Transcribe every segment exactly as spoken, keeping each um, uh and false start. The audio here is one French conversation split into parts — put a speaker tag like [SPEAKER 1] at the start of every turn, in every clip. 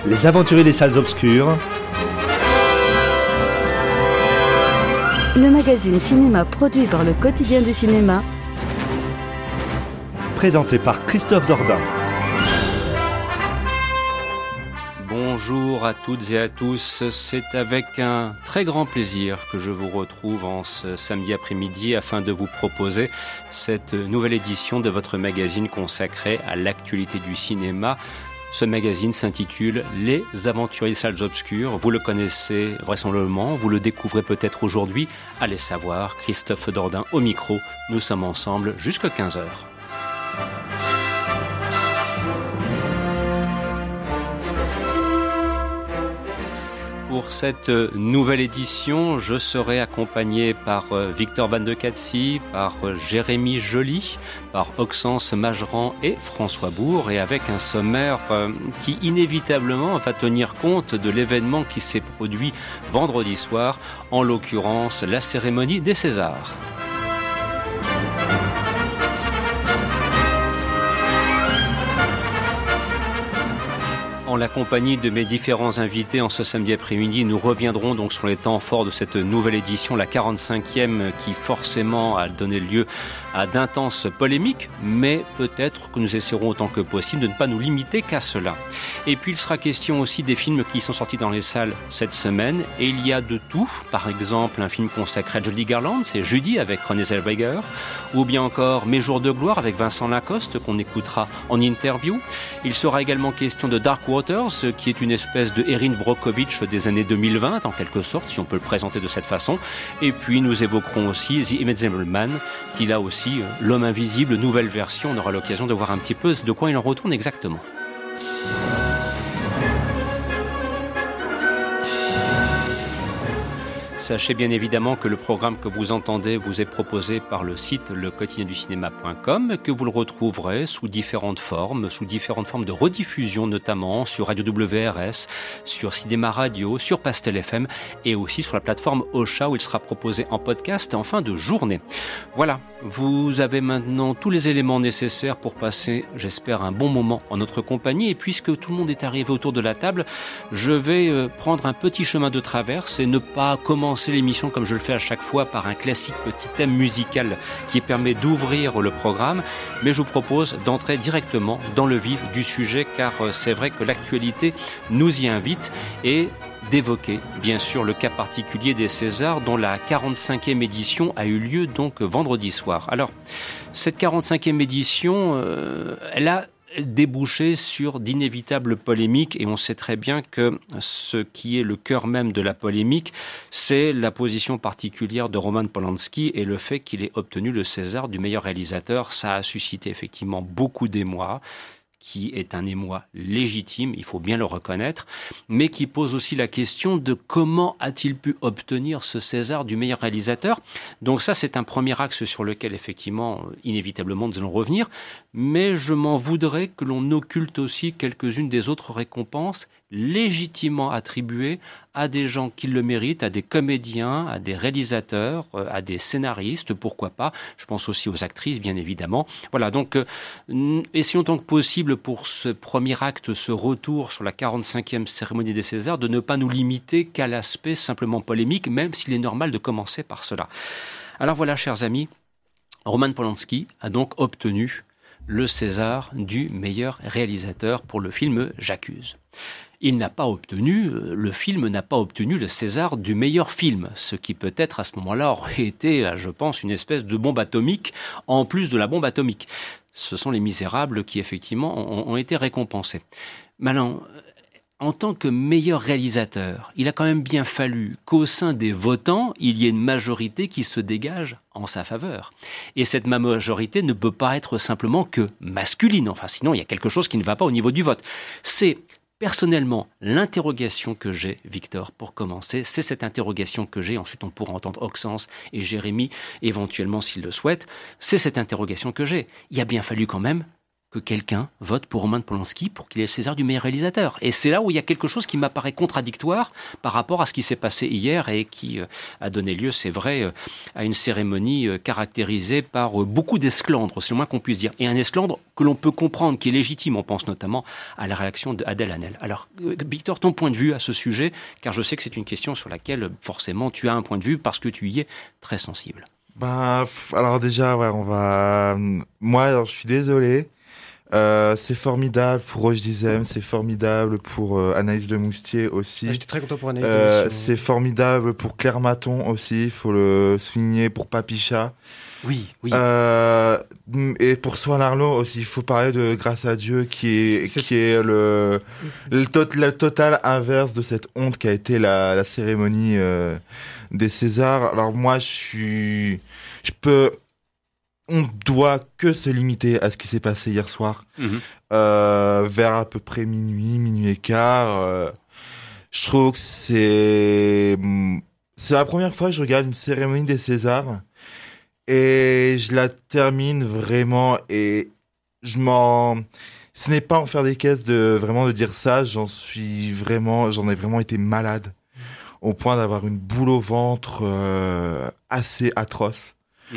[SPEAKER 1] Les aventuriers des salles obscures.
[SPEAKER 2] Le magazine cinéma produit par le Quotidien du cinéma.
[SPEAKER 1] Présenté par Christophe Dordain.
[SPEAKER 3] Bonjour à toutes et à tous, c'est avec un très grand plaisir que je vous retrouve en ce samedi après-midi afin de vous proposer cette nouvelle édition de votre magazine consacré à l'actualité du cinéma. Ce magazine s'intitule Les Aventuriers des salles obscures. Vous le connaissez vraisemblablement, vous le découvrez peut-être aujourd'hui. Allez savoir, Christophe Dordain au micro, nous sommes ensemble jusqu'à quinze heures. Pour cette nouvelle édition, je serai accompagné par Victor Van de Catsy, par Jérémy Joly, par Oxence Majeran et François Bourg, et avec un sommaire qui inévitablement va tenir compte de l'événement qui s'est produit vendredi soir, en l'occurrence la cérémonie des Césars. En la compagnie de mes différents invités en ce samedi après-midi, nous reviendrons donc sur les temps forts de cette nouvelle édition, la quarante-cinquième, qui forcément a donné lieu à d'intenses polémiques, mais peut-être que nous essaierons autant que possible de ne pas nous limiter qu'à cela. Et puis il sera question aussi des films qui sont sortis dans les salles cette semaine, et il y a de tout. Par exemple, un film consacré à Judy Garland, c'est Judy avec Renée Zellweger, ou bien encore Mes jours de gloire avec Vincent Lacoste, qu'on écoutera en interview. Il sera également question de Dark Waters, qui est une espèce de Erin Brockovich des années deux mille vingt, en quelque sorte, si on peut le présenter de cette façon. Et puis nous évoquerons aussi The Invisible Man, qui là aussi, L'homme invisible, nouvelle version. On aura l'occasion de voir un petit peu de quoi il en retourne exactement. Sachez bien évidemment que le programme que vous entendez vous est proposé par le site le quotidien du cinéma point com, que vous le retrouverez sous différentes formes, sous différentes formes de rediffusion, notamment sur Radio W R S, sur Cinéma Radio, sur Pastel F M et aussi sur la plateforme Ocha où il sera proposé en podcast en fin de journée. Voilà, vous avez maintenant tous les éléments nécessaires pour passer, j'espère, un bon moment en notre compagnie. Et puisque tout le monde est arrivé autour de la table, je vais prendre un petit chemin de traverse et ne pas commencer l'émission comme je le fais à chaque fois par un classique petit thème musical qui permet d'ouvrir le programme, mais je vous propose d'entrer directement dans le vif du sujet, car c'est vrai que l'actualité nous y invite, et d'évoquer bien sûr le cas particulier des Césars dont la quarante-cinquième édition a eu lieu donc vendredi soir. Alors cette quarante-cinquième édition, euh, elle a débouché sur d'inévitables polémiques, et on sait très bien que ce qui est le cœur même de la polémique, c'est la position particulière de Roman Polanski et le fait qu'il ait obtenu le César du meilleur réalisateur. Ça a suscité effectivement beaucoup d'émoi, qui est un émoi légitime, il faut bien le reconnaître, mais qui pose aussi la question de comment a-t-il pu obtenir ce César du meilleur réalisateur. Donc ça, c'est un premier axe sur lequel, effectivement, inévitablement, nous allons revenir, mais je m'en voudrais que l'on occulte aussi quelques-unes des autres récompenses légitimement attribuées à des gens qui le méritent, à des comédiens, à des réalisateurs, à des scénaristes, pourquoi pas. Je pense aussi aux actrices, bien évidemment. Voilà, donc euh, essayons tant que possible pour ce premier acte, ce retour sur la quarante-cinquième cérémonie des Césars, de ne pas nous limiter qu'à l'aspect simplement polémique, même s'il est normal de commencer par cela. Alors voilà, chers amis, Roman Polanski a donc obtenu le César du meilleur réalisateur pour le film J'accuse. Il n'a pas obtenu, le film n'a pas obtenu le César du meilleur film, ce qui peut-être à ce moment-là aurait été, je pense, une espèce de bombe atomique en plus de la bombe atomique. Ce sont Les Misérables qui, effectivement, ont, ont été récompensés. Maintenant, en tant que meilleur réalisateur, il a quand même bien fallu qu'au sein des votants, il y ait une majorité qui se dégage en sa faveur. Et cette majorité ne peut pas être simplement que masculine. Enfin, sinon, il y a quelque chose qui ne va pas au niveau du vote. C'est personnellement l'interrogation que j'ai, Victor, pour commencer. C'est cette interrogation que j'ai. Ensuite, on pourra entendre Oxence et Jérémy, éventuellement, s'ils le souhaitent. C'est cette interrogation que j'ai. Il a bien fallu quand même que quelqu'un vote pour Roman Polanski pour qu'il ait le César du meilleur réalisateur. Et c'est là où il y a quelque chose qui m'apparaît contradictoire par rapport à ce qui s'est passé hier et qui euh, a donné lieu, c'est vrai, euh, à une cérémonie euh, caractérisée par euh, beaucoup d'esclandre, c'est le moins qu'on puisse dire. Et un esclandre que l'on peut comprendre, qui est légitime. On pense notamment à la réaction d'Adèle Haenel. Alors, euh, Victor, ton point de vue à ce sujet, car je sais que c'est une question sur laquelle, forcément, tu as un point de vue parce que tu y es très sensible.
[SPEAKER 4] Bah, alors déjà, ouais, on va... Moi, alors, je suis désolé. Euh, c'est formidable pour Roche Dizem, c'est formidable pour euh, Anaïs de Moustier aussi.
[SPEAKER 5] Ah, j'étais très content pour Anaïs.
[SPEAKER 4] Euh, c'est formidable pour Claire Maton aussi, il faut le souligner, pour Papicha.
[SPEAKER 3] Oui, oui.
[SPEAKER 4] Euh, et pour Swan Arlo aussi, il faut parler de Grâce à Dieu, qui est, c'est... qui est le, le, tot, le total inverse de cette honte qui a été la, la cérémonie euh, des Césars. Alors moi, je suis... Je peux... On doit que se limiter à ce qui s'est passé hier soir, mmh. euh, vers à peu près minuit, minuit et quart. Euh, je trouve que c'est c'est la première fois que je regarde une cérémonie des Césars et je la termine vraiment et je m'en. Ce n'est pas en faire des caisses de vraiment de dire ça. J'en suis vraiment, j'en ai vraiment été malade au point d'avoir une boule au ventre euh, assez atroce. Mmh.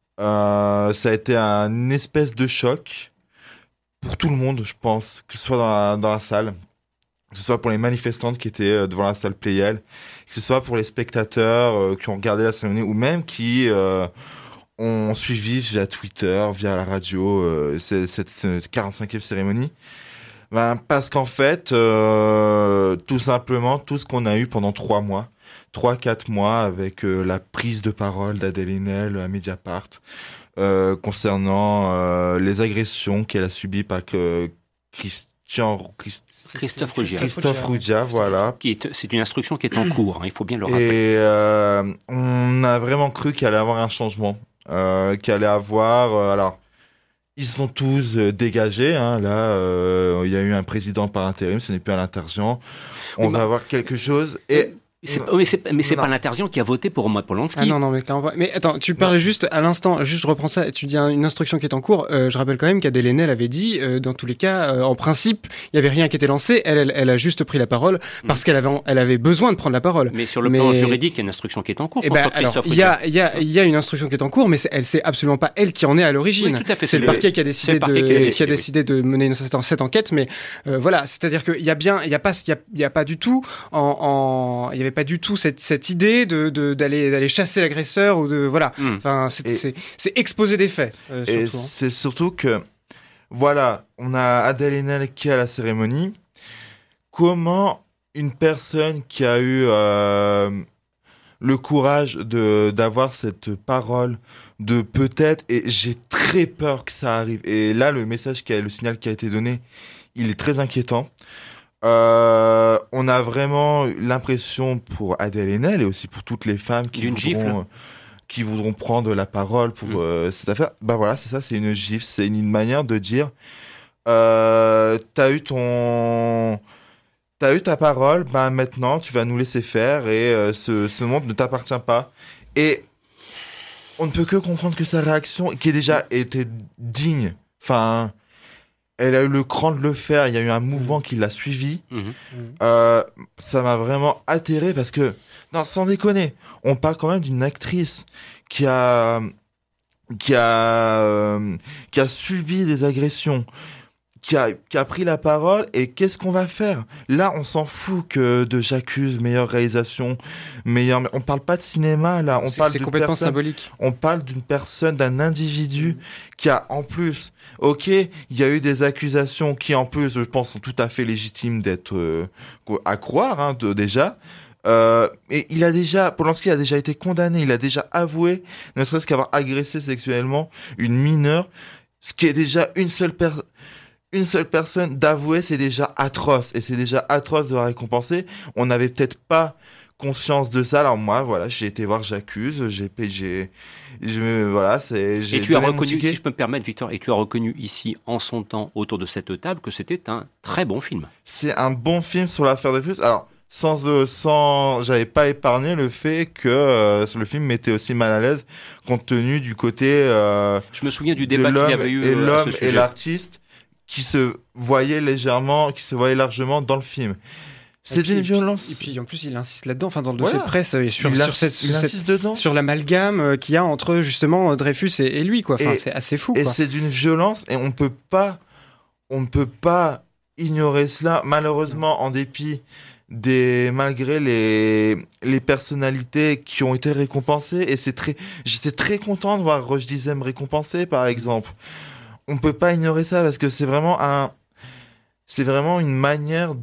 [SPEAKER 4] Euh, ça a été un espèce de choc pour tout le monde, je pense, que ce soit dans la, dans la salle, que ce soit pour les manifestantes qui étaient devant la salle Playel, que ce soit pour les spectateurs euh, qui ont regardé la cérémonie ou même qui euh, ont suivi via Twitter, via la radio, euh, cette, cette, cette quarante-cinquième cérémonie. Ben, parce qu'en fait, euh, tout simplement, tout ce qu'on a eu pendant trois mois, trois, quatre mois avec euh, la prise de parole d'Adèle Haenel à Mediapart euh, concernant euh, les agressions qu'elle a subies par euh, Christian, Christ...
[SPEAKER 3] Christophe Ruggia.
[SPEAKER 4] Christophe Ruggia, voilà.
[SPEAKER 3] Qui est, c'est une instruction qui est en cours, hein, il faut bien le rappeler.
[SPEAKER 4] Et euh, on a vraiment cru qu'il allait avoir un changement, euh, qu'il allait avoir... Euh, alors, ils sont tous euh, dégagés, hein, là, euh, il y a eu un président par intérim, ce n'est plus à l'intergent. On oui, va bah... avoir quelque chose et...
[SPEAKER 3] C'est, mais c'est, mais c'est pas l'intergent qui a voté pour Roman Polanski.
[SPEAKER 5] Ah non, non, mais clairement pas. Mais attends, tu parlais juste à l'instant, juste je reprends ça, tu dis une instruction qui est en cours. Euh, je rappelle quand même qu'Adèle Haenel avait dit, euh, dans tous les cas, euh, en principe, il y avait rien qui était lancé. Elle, elle, elle a juste pris la parole parce mmh. qu'elle avait, elle avait besoin de prendre la parole.
[SPEAKER 3] Mais sur le
[SPEAKER 5] mais...
[SPEAKER 3] plan juridique, il y a une instruction qui est en cours.
[SPEAKER 5] Eh ben, alors, il y a, il y a, il y a une instruction qui est en cours, mais c'est, elle, c'est absolument pas elle qui en est à l'origine.
[SPEAKER 3] Oui, tout à fait.
[SPEAKER 5] C'est, c'est le parquet qui a décidé de, qui a décidé, qui a décidé oui. de mener une, cette enquête. Mais euh, voilà, c'est-à-dire qu'il y a bien, il y a pas, il y a, il y a pas du tout, en, en, il y avait pas du tout cette cette idée de, de d'aller d'aller chasser l'agresseur ou de voilà mm. enfin c'est, et, c'est c'est exposer des faits euh,
[SPEAKER 4] et
[SPEAKER 5] surtout, hein.
[SPEAKER 4] C'est surtout que voilà, on a Adèle Haenel qui est à la cérémonie. Comment une personne qui a eu euh, le courage de d'avoir cette parole, de peut-être, et j'ai très peur que ça arrive, et là le message qui a, le signal qui a été donné, il est très inquiétant. Euh, on a vraiment l'impression pour Adèle Haenel et aussi pour toutes les femmes qui voudront, qui voudront prendre la parole pour mmh. euh, cette affaire. Bah voilà, c'est ça, c'est une gifle, c'est une, une manière de dire euh, t'as eu ton, t'as eu ta parole, bah maintenant tu vas nous laisser faire et euh, ce, ce monde ne t'appartient pas. Et on ne peut que comprendre que sa réaction, qui a déjà été digne, enfin. Elle a eu le cran de le faire, il y a eu un mouvement qui l'a suivi. Mmh. Euh, ça m'a vraiment atterré parce que, non, sans déconner, on parle quand même d'une actrice qui a, qui a, euh, qui a subi des agressions, qui a, qui a pris la parole, et qu'est-ce qu'on va faire? Là, on s'en fout que de J'accuse, meilleure réalisation, meilleure, on parle pas de cinéma, là. On
[SPEAKER 5] c'est,
[SPEAKER 4] parle
[SPEAKER 5] c'est
[SPEAKER 4] d'une
[SPEAKER 5] complètement
[SPEAKER 4] personne,
[SPEAKER 5] symbolique.
[SPEAKER 4] On parle d'une personne, d'un individu qui a, en plus, ok, il y a eu des accusations qui, en plus, je pense, sont tout à fait légitimes d'être, euh, à croire, hein, de, déjà. Euh, et il a déjà, Polanski a déjà été condamné, il a déjà avoué, ne serait-ce qu'avoir agressé sexuellement une mineure, ce qui est déjà une seule personne, Une seule personne d'avouer, c'est déjà atroce. Et c'est déjà atroce de la récompenser. On n'avait peut-être pas conscience de ça. Alors moi, voilà, j'ai été voir J'accuse. J'ai j'ai, je, voilà, c'est, j'ai
[SPEAKER 3] et tu as reconnu, si je peux me permettre, Victor, et tu as reconnu ici, en son temps, autour de cette table, que c'était un très bon film.
[SPEAKER 4] C'est un bon film sur l'affaire Dreyfus. Alors, sans, euh, sans, j'avais pas épargné le fait que euh, le film m'était aussi mal à l'aise, compte tenu du côté. Euh,
[SPEAKER 3] je me souviens du débat qu'il y avait eu
[SPEAKER 4] et
[SPEAKER 3] euh,
[SPEAKER 4] l'homme
[SPEAKER 3] à ce sujet.
[SPEAKER 4] Et l'artiste. qui se voyait légèrement, qui se voyait largement dans le film. C'est d'une violence.
[SPEAKER 5] Et puis en plus, il insiste là-dedans, enfin dans le dossier voilà. de presse, euh, sur,
[SPEAKER 4] il
[SPEAKER 5] sur,
[SPEAKER 4] insiste,
[SPEAKER 5] cette,
[SPEAKER 4] il
[SPEAKER 5] cette,
[SPEAKER 4] dedans.
[SPEAKER 5] sur l'amalgame euh, qu'il y a entre justement Dreyfus et, et lui, quoi. Enfin,
[SPEAKER 4] et,
[SPEAKER 5] c'est assez fou.
[SPEAKER 4] Et
[SPEAKER 5] quoi.
[SPEAKER 4] c'est d'une violence, et on peut pas, on ne peut pas ignorer cela. Malheureusement, en dépit des, malgré les les personnalités qui ont été récompensées, et c'est très, j'étais très content de voir Roche Dizem récompensé, par exemple. On peut pas ignorer ça parce que c'est vraiment un C'est vraiment une manière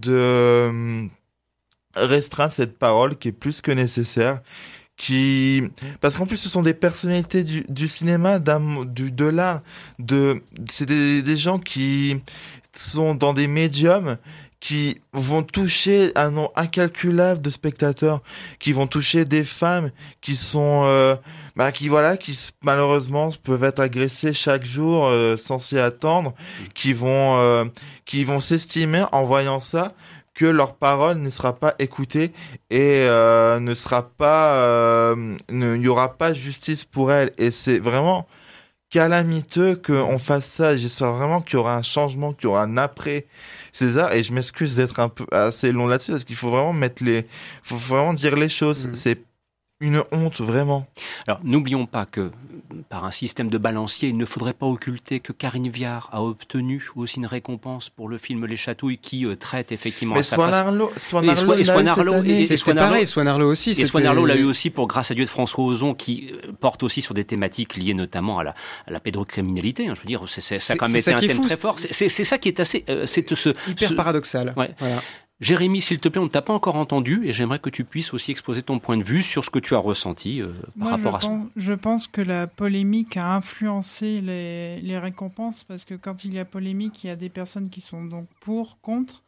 [SPEAKER 4] de restreindre cette parole qui est plus que nécessaire. Qui... Parce qu'en plus, ce sont des personnalités du, du cinéma, du, de l'art. De... C'est des, des gens qui sont dans des médiums qui vont toucher un nombre incalculable de spectateurs, qui vont toucher des femmes qui sont, euh, bah, qui voilà, qui malheureusement peuvent être agressées chaque jour euh, sans s'y attendre, qui vont, euh, qui vont s'estimer en voyant ça que leur parole ne sera pas écoutée et euh, ne sera pas, euh, ne, il y aura pas justice pour elles. Et c'est vraiment calamiteux qu'on fasse ça. J'espère vraiment qu'il y aura un changement, qu'il y aura un après César, et je m'excuse d'être un peu assez long là-dessus parce qu'il faut vraiment mettre les, faut vraiment dire les choses. Mmh. C'est une honte, vraiment.
[SPEAKER 3] Alors, n'oublions pas que, par un système de balancier, il ne faudrait pas occulter que Karine Viard a obtenu aussi une récompense pour le film Les Chatouilles, qui euh, traite effectivement
[SPEAKER 4] Mais
[SPEAKER 3] à sa
[SPEAKER 4] Swan
[SPEAKER 3] façon...
[SPEAKER 4] Arlo, Swan Arlo,
[SPEAKER 3] et Swan Arlo,
[SPEAKER 5] et, et c'était pareil, Swan Arlo aussi.
[SPEAKER 3] Et Swan Arlo l'a eu aussi pour Grâce à Dieu de François Ozon, qui porte aussi sur des thématiques liées notamment à la, à la pédocriminalité. Hein, je veux dire, c'est, c'est, ça a quand même été un thème très fort. C'est, c'est, c'est ça qui est assez... Euh, c'est ce,
[SPEAKER 5] hyper
[SPEAKER 3] ce...
[SPEAKER 5] paradoxal.
[SPEAKER 3] Ouais.
[SPEAKER 5] Voilà.
[SPEAKER 3] Jérémy, s'il te plaît, on ne t'a pas encore entendu et j'aimerais que tu puisses aussi exposer ton point de vue sur ce que tu as ressenti euh, par
[SPEAKER 6] Moi,
[SPEAKER 3] rapport
[SPEAKER 6] je
[SPEAKER 3] à ça.
[SPEAKER 6] Pense, je pense que la polémique a influencé les, les récompenses parce que quand il y a polémique, il y a des personnes qui sont donc pour, contre.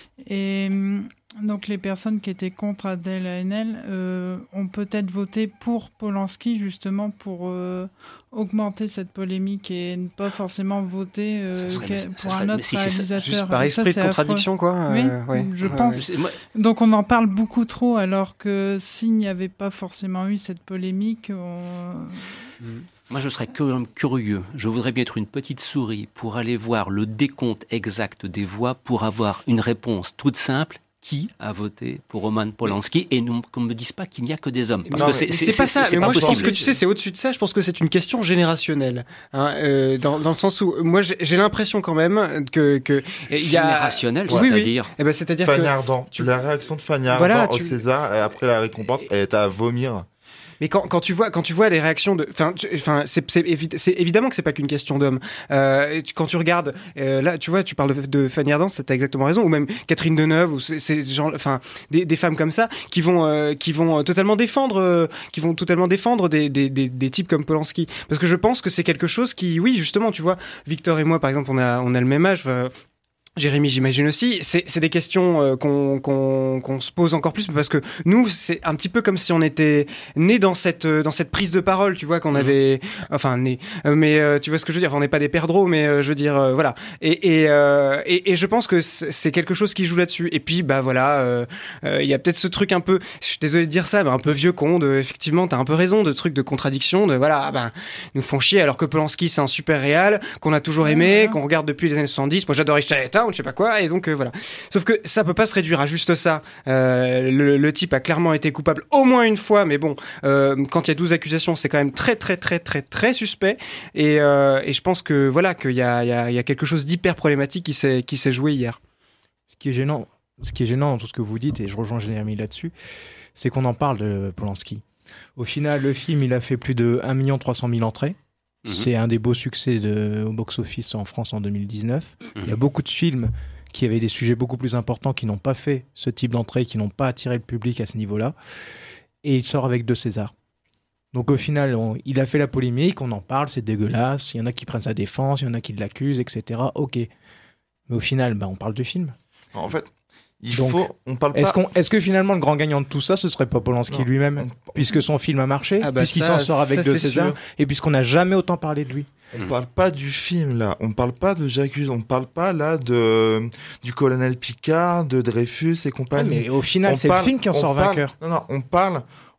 [SPEAKER 6] Et donc les personnes qui étaient contre Adèle Haenel euh, ont peut-être voté pour Polanski justement pour euh, augmenter cette polémique et ne pas forcément voter euh,
[SPEAKER 3] serait,
[SPEAKER 6] que, pour
[SPEAKER 3] serait,
[SPEAKER 6] un autre
[SPEAKER 3] si
[SPEAKER 6] réalisateur.
[SPEAKER 5] Juste par esprit
[SPEAKER 6] ça,
[SPEAKER 5] de contradiction,
[SPEAKER 6] affreux.
[SPEAKER 5] quoi.
[SPEAKER 6] Oui,
[SPEAKER 5] euh, ouais.
[SPEAKER 6] je
[SPEAKER 5] ouais,
[SPEAKER 6] pense.
[SPEAKER 5] ouais.
[SPEAKER 6] Donc on en parle beaucoup trop alors que s'il n'y avait pas forcément eu cette polémique... On...
[SPEAKER 3] Mmh. Moi, je serais curieux. Je voudrais bien être une petite souris pour aller voir le décompte exact des voix pour avoir une réponse toute simple. Qui a voté pour Roman Polanski et non, qu'on ne me dise pas qu'il n'y a que des hommes. Parce
[SPEAKER 5] non,
[SPEAKER 3] que c'est,
[SPEAKER 5] c'est,
[SPEAKER 3] c'est,
[SPEAKER 5] c'est pas ça.
[SPEAKER 3] c'est
[SPEAKER 5] mais
[SPEAKER 3] pas
[SPEAKER 5] moi,
[SPEAKER 3] possible.
[SPEAKER 5] je pense que tu sais, c'est au-dessus de ça. Je pense que c'est une question générationnelle, hein, euh, dans, dans le sens où moi, j'ai, j'ai l'impression quand même que que il y a
[SPEAKER 3] générationnel,
[SPEAKER 5] oui,
[SPEAKER 3] c'est-à-dire.
[SPEAKER 5] Oui. Eh ben, c'est-à-dire
[SPEAKER 4] Fanny
[SPEAKER 5] que
[SPEAKER 4] Ardant. Tu la réaction de Fanny Ardant
[SPEAKER 5] voilà,
[SPEAKER 4] au
[SPEAKER 5] tu...
[SPEAKER 4] César et après la récompense, elle était à vomir.
[SPEAKER 5] Mais quand, quand tu vois quand tu vois les réactions de enfin enfin c'est, c'est, évi- c'est évidemment que c'est pas qu'une question d'homme. Euh, tu, quand tu regardes euh, là tu vois tu parles de, de Fanny Ardant, t'as exactement raison, ou même Catherine Deneuve ou c'est, c'est genre enfin des, des femmes comme ça qui vont euh, qui vont totalement défendre euh, qui vont totalement défendre des, des des des types comme Polanski, parce que je pense que c'est quelque chose qui oui justement tu vois Victor et moi par exemple on a on a le même âge. Euh, Jérémy, j'imagine aussi. C'est, c'est des questions euh, qu'on, qu'on, qu'on se pose encore plus, parce que nous, c'est un petit peu comme si on était nés dans cette, dans cette prise de parole, tu vois, qu'on avait, enfin, nés. Mais euh, tu vois ce que je veux dire. On n'est pas des perdreaux, mais euh, je veux dire, euh, voilà. Et, et, euh, et, et je pense que c'est quelque chose qui joue là-dessus. Et puis, bah voilà, il euh, euh, y a peut-être ce truc un peu, je suis désolé de dire ça, mais un peu vieux con. De, effectivement, t'as un peu raison, de trucs de contradiction, de voilà, ben, nous font chier. Alors que Polanski, c'est un super réal qu'on a toujours aimé, ouais, qu'on regarde depuis les années soixante-dix. Moi, j'adorais Chinatown, je sais pas quoi, et donc euh, voilà. Sauf que ça peut pas se réduire à juste ça. Euh, le, le type a clairement été coupable au moins une fois, mais bon, euh, quand il y a douze accusations, c'est quand même très très très très très suspect. Et, euh, et je pense que voilà qu'il y a il y a il y a quelque chose d'hyper problématique qui s'est qui s'est joué hier.
[SPEAKER 7] Ce qui est gênant, ce qui est gênant dans tout ce que vous dites, et je rejoins Jérémy là-dessus, c'est qu'on en parle de Polanski. Au final, le film, il a fait plus de un million trois cent mille entrées. Mmh. C'est un des beaux succès de, au box-office en France en deux mille dix-neuf. Mmh. Il y a beaucoup de films qui avaient des sujets beaucoup plus importants, qui n'ont pas fait ce type d'entrée, qui n'ont pas attiré le public à ce niveau-là. Et il sort avec deux Césars. Donc au final, on, il a fait la polémique, on en parle, c'est dégueulasse. Il y en a qui prennent sa défense, il y en a qui l'accusent, et cetera. Ok. Mais au final, bah, on parle du film.
[SPEAKER 4] En fait... Il
[SPEAKER 7] Donc,
[SPEAKER 4] faut, on parle pas...
[SPEAKER 7] est-ce, qu'on, est-ce que finalement le grand gagnant de tout ça, ce serait pas Polanski non, lui-même, on... puisque son film a marché, ah bah puisqu'il ça, s'en sort avec deux Césars, et puisqu'on n'a jamais autant parlé de lui.
[SPEAKER 4] On parle pas du film là, on parle pas de J'accuse, on parle pas là de du colonel Picard, de Dreyfus et compagnie.
[SPEAKER 7] Ah, mais au final,
[SPEAKER 4] on
[SPEAKER 7] c'est
[SPEAKER 4] parle,
[SPEAKER 7] le film qui en sort
[SPEAKER 4] parle,
[SPEAKER 7] vainqueur.
[SPEAKER 4] Non non, on parle,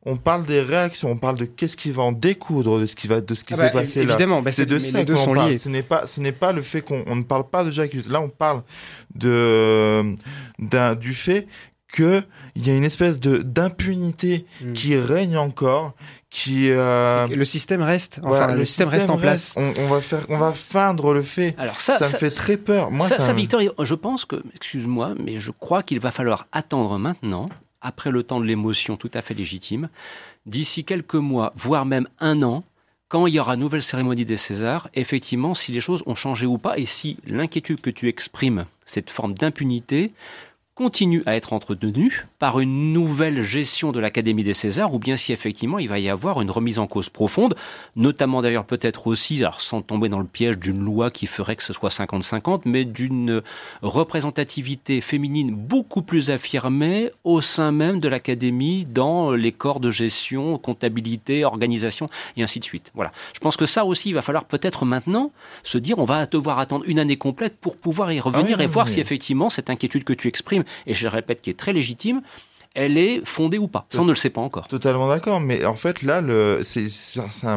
[SPEAKER 4] On parle des réactions, on parle de qu'est-ce qui va en découdre de ce qui va, de ce qui
[SPEAKER 5] ah
[SPEAKER 4] s'est
[SPEAKER 5] bah,
[SPEAKER 4] passé
[SPEAKER 5] évidemment,
[SPEAKER 4] là.
[SPEAKER 5] Bah
[SPEAKER 4] c'est,
[SPEAKER 5] c'est
[SPEAKER 4] de
[SPEAKER 5] mais
[SPEAKER 4] ça
[SPEAKER 5] les deux
[SPEAKER 4] qu'on
[SPEAKER 5] sont
[SPEAKER 4] parle.
[SPEAKER 5] liés.
[SPEAKER 4] Ce n'est pas, ce n'est pas le fait qu'on on ne parle pas de Jacques. Là, on parle de d'un du fait que il y a une espèce de d'impunité mmh. qui règne encore, qui euh...
[SPEAKER 5] le système reste, enfin
[SPEAKER 4] voilà,
[SPEAKER 5] le, le système, système reste en
[SPEAKER 4] reste.
[SPEAKER 5] place.
[SPEAKER 4] On, on va faire, on va feindre le fait.
[SPEAKER 3] Alors ça,
[SPEAKER 4] ça,
[SPEAKER 3] ça
[SPEAKER 4] me fait très peur. Moi,
[SPEAKER 3] ça,
[SPEAKER 4] ça,
[SPEAKER 3] ça
[SPEAKER 4] me...
[SPEAKER 3] Victor, je pense que, excuse-moi, mais je crois qu'il va falloir attendre maintenant, après le temps de l'émotion tout à fait légitime, d'ici quelques mois, voire même un an, quand il y aura nouvelle cérémonie des Césars, effectivement, si les choses ont changé ou pas, et si l'inquiétude que tu exprimes, cette forme d'impunité, continue à être entretenue par une nouvelle gestion de l'Académie des Césars, ou bien si effectivement il va y avoir une remise en cause profonde, notamment d'ailleurs peut-être aussi, alors sans tomber dans le piège d'une loi qui ferait que ce soit cinquante cinquante, mais d'une représentativité féminine beaucoup plus affirmée au sein même de l'Académie, dans les corps de gestion, comptabilité, organisation, et ainsi de suite. Voilà. Je pense que ça aussi, il va falloir peut-être maintenant se dire, on va devoir attendre une année complète pour pouvoir y revenir ah oui, et voir oui. si effectivement cette inquiétude que tu exprimes, et je le répète, qui est très légitime, elle est fondée ou pas. Ça, on ne le sait pas encore.
[SPEAKER 4] Totalement d'accord, mais en fait, là, le, c'est, c'est, c'est,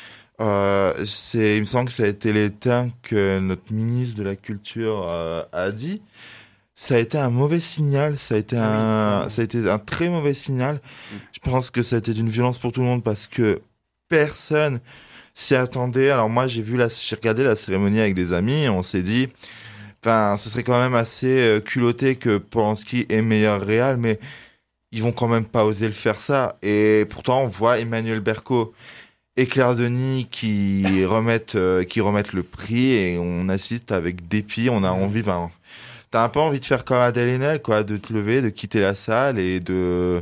[SPEAKER 4] euh, c'est, il me semble que ça a été les termes que notre ministre de la Culture euh, a dit. Ça a été un mauvais signal, ça a été un, oui. ça a été un très mauvais signal. Oui. Je pense que ça a été d'une violence pour tout le monde parce que personne s'y attendait. Alors moi, j'ai vu la, j'ai regardé la cérémonie avec des amis et on s'est dit... Enfin, ce serait quand même assez euh, culotté que Polanski est meilleur réal, mais ils vont quand même pas oser le faire ça. Et pourtant, on voit Emmanuel Berco et Claire Denis qui remettent, euh, qui remettent le prix et on assiste avec dépit. On a envie, ben, t'as un peu envie de faire comme Adèle Haenel, quoi, de te lever, de quitter la salle et de...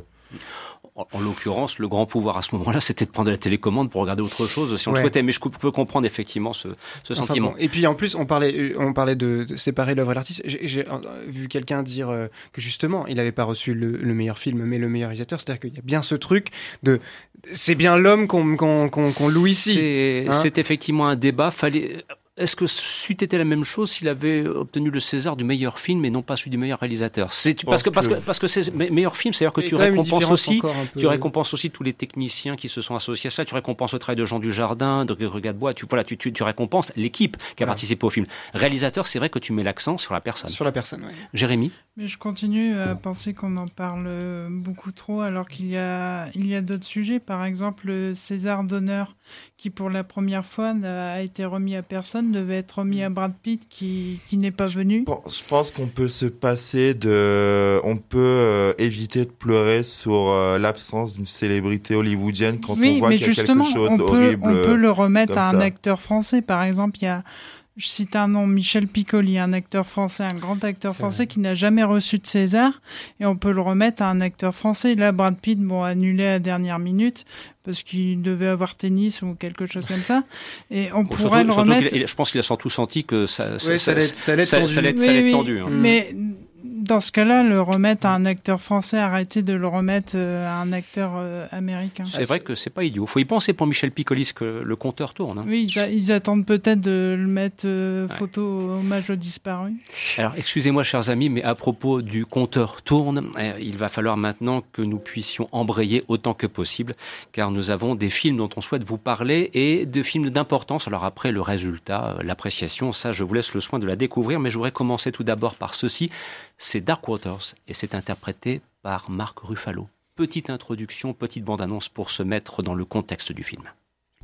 [SPEAKER 3] En, en l'occurrence, le grand pouvoir à ce moment-là, c'était de prendre la télécommande pour regarder autre chose si on ouais. le souhaitait. Mais je peux comprendre effectivement ce, ce enfin, sentiment.
[SPEAKER 5] Bon. Et puis en plus, on parlait, on parlait de, de séparer l'œuvre et l'artiste. J'ai, j'ai vu quelqu'un dire euh, que justement, il n'avait pas reçu le, le meilleur film, mais le meilleur réalisateur. C'est-à-dire qu'il y a bien ce truc de, c'est bien l'homme qu'on, qu'on, qu'on, qu'on loue ici.
[SPEAKER 3] C'est,
[SPEAKER 5] hein
[SPEAKER 3] c'est effectivement un débat. Fallait. Est-ce que c'eût été la même chose s'il avait obtenu le César du meilleur film et non pas celui du meilleur réalisateur? C'est parce que parce que parce que c'est meilleur film, c'est-à-dire que tu récompenses aussi, tu récompenses aussi tous les techniciens qui se sont associés à ça. Tu récompenses le travail de Jean Dujardin, de Grégory Bois. Tu voilà, tu, tu tu récompenses l'équipe qui a ouais. participé au film. Réalisateur, c'est vrai que tu mets l'accent sur la personne.
[SPEAKER 5] Sur la personne. Ouais.
[SPEAKER 3] Jérémy.
[SPEAKER 6] Mais je continue à penser qu'on en parle beaucoup trop, alors qu'il y a il y a d'autres sujets. Par exemple, le César d'honneur, qui pour la première fois n'a été remis à personne, devait être remis à Brad Pitt qui, qui n'est pas venu.
[SPEAKER 4] Je pense qu'on peut se passer de... On peut euh, éviter de pleurer sur euh, l'absence d'une célébrité hollywoodienne quand
[SPEAKER 6] oui,
[SPEAKER 4] on voit qu'il y a quelque chose
[SPEAKER 6] on peut,
[SPEAKER 4] horrible.
[SPEAKER 6] On peut le remettre à un
[SPEAKER 4] ça.
[SPEAKER 6] acteur français. Par exemple, il y a... Je cite un nom, Michel Piccoli, un acteur français, un grand acteur c'est français vrai. Qui n'a jamais reçu de César, et on peut le remettre à un acteur français. Là, Brad Pitt, bon, annulé à la dernière minute, parce qu'il devait avoir tennis ou quelque chose comme ça, et on bon, pourrait surtout, le remettre...
[SPEAKER 3] Il, je pense qu'il a surtout senti que ça,
[SPEAKER 5] oui, ça, ça, ça allait être tendu.
[SPEAKER 3] Ça allait
[SPEAKER 6] oui, oui,
[SPEAKER 3] tendu hein.
[SPEAKER 6] Mais... Dans ce cas-là, le remettre à un acteur français, arrêter de le remettre à un acteur euh, américain.
[SPEAKER 3] C'est vrai que c'est pas idiot. Faut y penser pour Michel Piccoli, que le compteur tourne. Hein.
[SPEAKER 6] Oui, ils, a, ils attendent peut-être de le mettre euh, ouais. photo hommage aux disparus.
[SPEAKER 3] Alors, excusez-moi, chers amis, mais à propos du compteur tourne, euh, il va falloir maintenant que nous puissions embrayer autant que possible, car nous avons des films dont on souhaite vous parler et de films d'importance. Alors après, le résultat, l'appréciation, ça, je vous laisse le soin de la découvrir, mais je voudrais commencer tout d'abord par ceci. C'est Dark Waters et c'est interprété par Mark Ruffalo. Petite introduction, petite bande-annonce pour se mettre dans le contexte du film.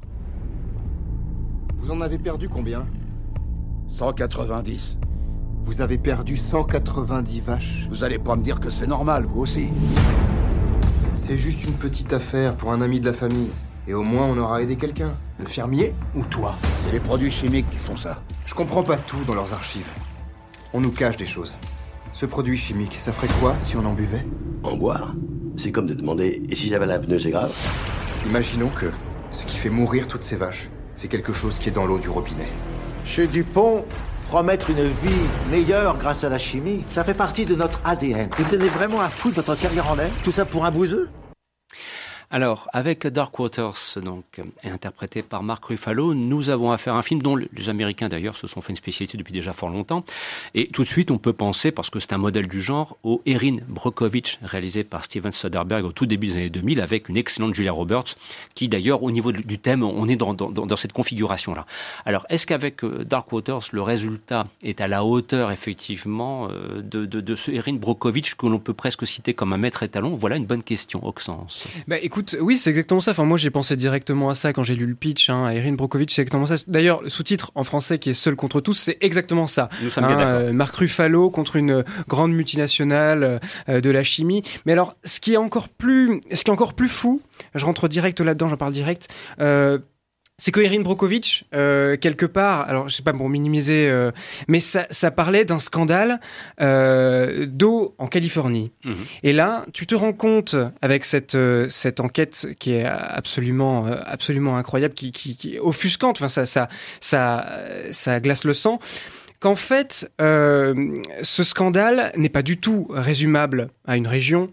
[SPEAKER 8] Vous en avez perdu combien ?
[SPEAKER 9] cent quatre-vingt-dix.
[SPEAKER 8] Vous avez perdu cent quatre-vingt-dix vaches ?
[SPEAKER 9] Vous allez pas me dire que c'est normal, vous aussi ?
[SPEAKER 8] C'est juste une petite affaire pour un ami de la famille. Et au moins on aura aidé quelqu'un.
[SPEAKER 9] Le fermier ou toi ? C'est les produits chimiques qui font ça.
[SPEAKER 8] Je comprends pas tout dans leurs archives. On nous cache des choses. Ce produit chimique, ça ferait quoi si on en buvait ?
[SPEAKER 10] En boire ? C'est comme de demander « et si j'avale un pneu, c'est grave ?»
[SPEAKER 8] Imaginons que ce qui fait mourir toutes ces vaches, c'est quelque chose qui est dans l'eau du robinet.
[SPEAKER 11] Chez Dupont, promettre une vie meilleure grâce à la chimie, ça fait partie de notre A D N. Vous tenez vraiment à foutre votre carrière en l'air ? Tout ça pour un bouseux ?
[SPEAKER 3] Alors, avec Dark Waters, donc, interprété par Mark Ruffalo, nous avons affaire à un film dont les Américains, d'ailleurs, se sont fait une spécialité depuis déjà fort longtemps. Et tout de suite, on peut penser, parce que c'est un modèle du genre, au Erin Brockovich, réalisé par Steven Soderbergh au tout début des années deux mille, avec une excellente Julia Roberts, qui, d'ailleurs, au niveau du thème, on est dans, dans, dans cette configuration-là. Alors, est-ce qu'avec Dark Waters, le résultat est à la hauteur, effectivement, de, de, de ce Erin Brockovich, que l'on peut presque citer comme un maître étalon? Voilà une bonne question, Oxens.
[SPEAKER 5] Bah, écoute, oui, c'est exactement ça. Enfin, moi, j'ai pensé directement à ça quand j'ai lu le pitch. Hein. Erin Brockovich, c'est exactement ça. D'ailleurs, le sous-titre en français qui est Seul contre tous, c'est exactement ça.
[SPEAKER 3] Nous sommes hein, bien d'accord.
[SPEAKER 5] Euh, Mark Ruffalo contre une grande multinationale euh, de la chimie. Mais alors, ce qui est encore plus, ce qui est encore plus fou, je rentre direct là-dedans, j'en parle direct. Euh, C'est que Erin Brockovich, euh, quelque part, alors je sais pas pour minimiser, euh, mais ça, ça parlait d'un scandale euh, d'eau en Californie. Mmh. Et là, tu te rends compte avec cette euh, cette enquête qui est absolument euh, absolument incroyable, qui, qui, qui est offusquante. Enfin, ça ça ça ça glace le sang. Qu'en fait, euh, ce scandale n'est pas du tout résumable à une région,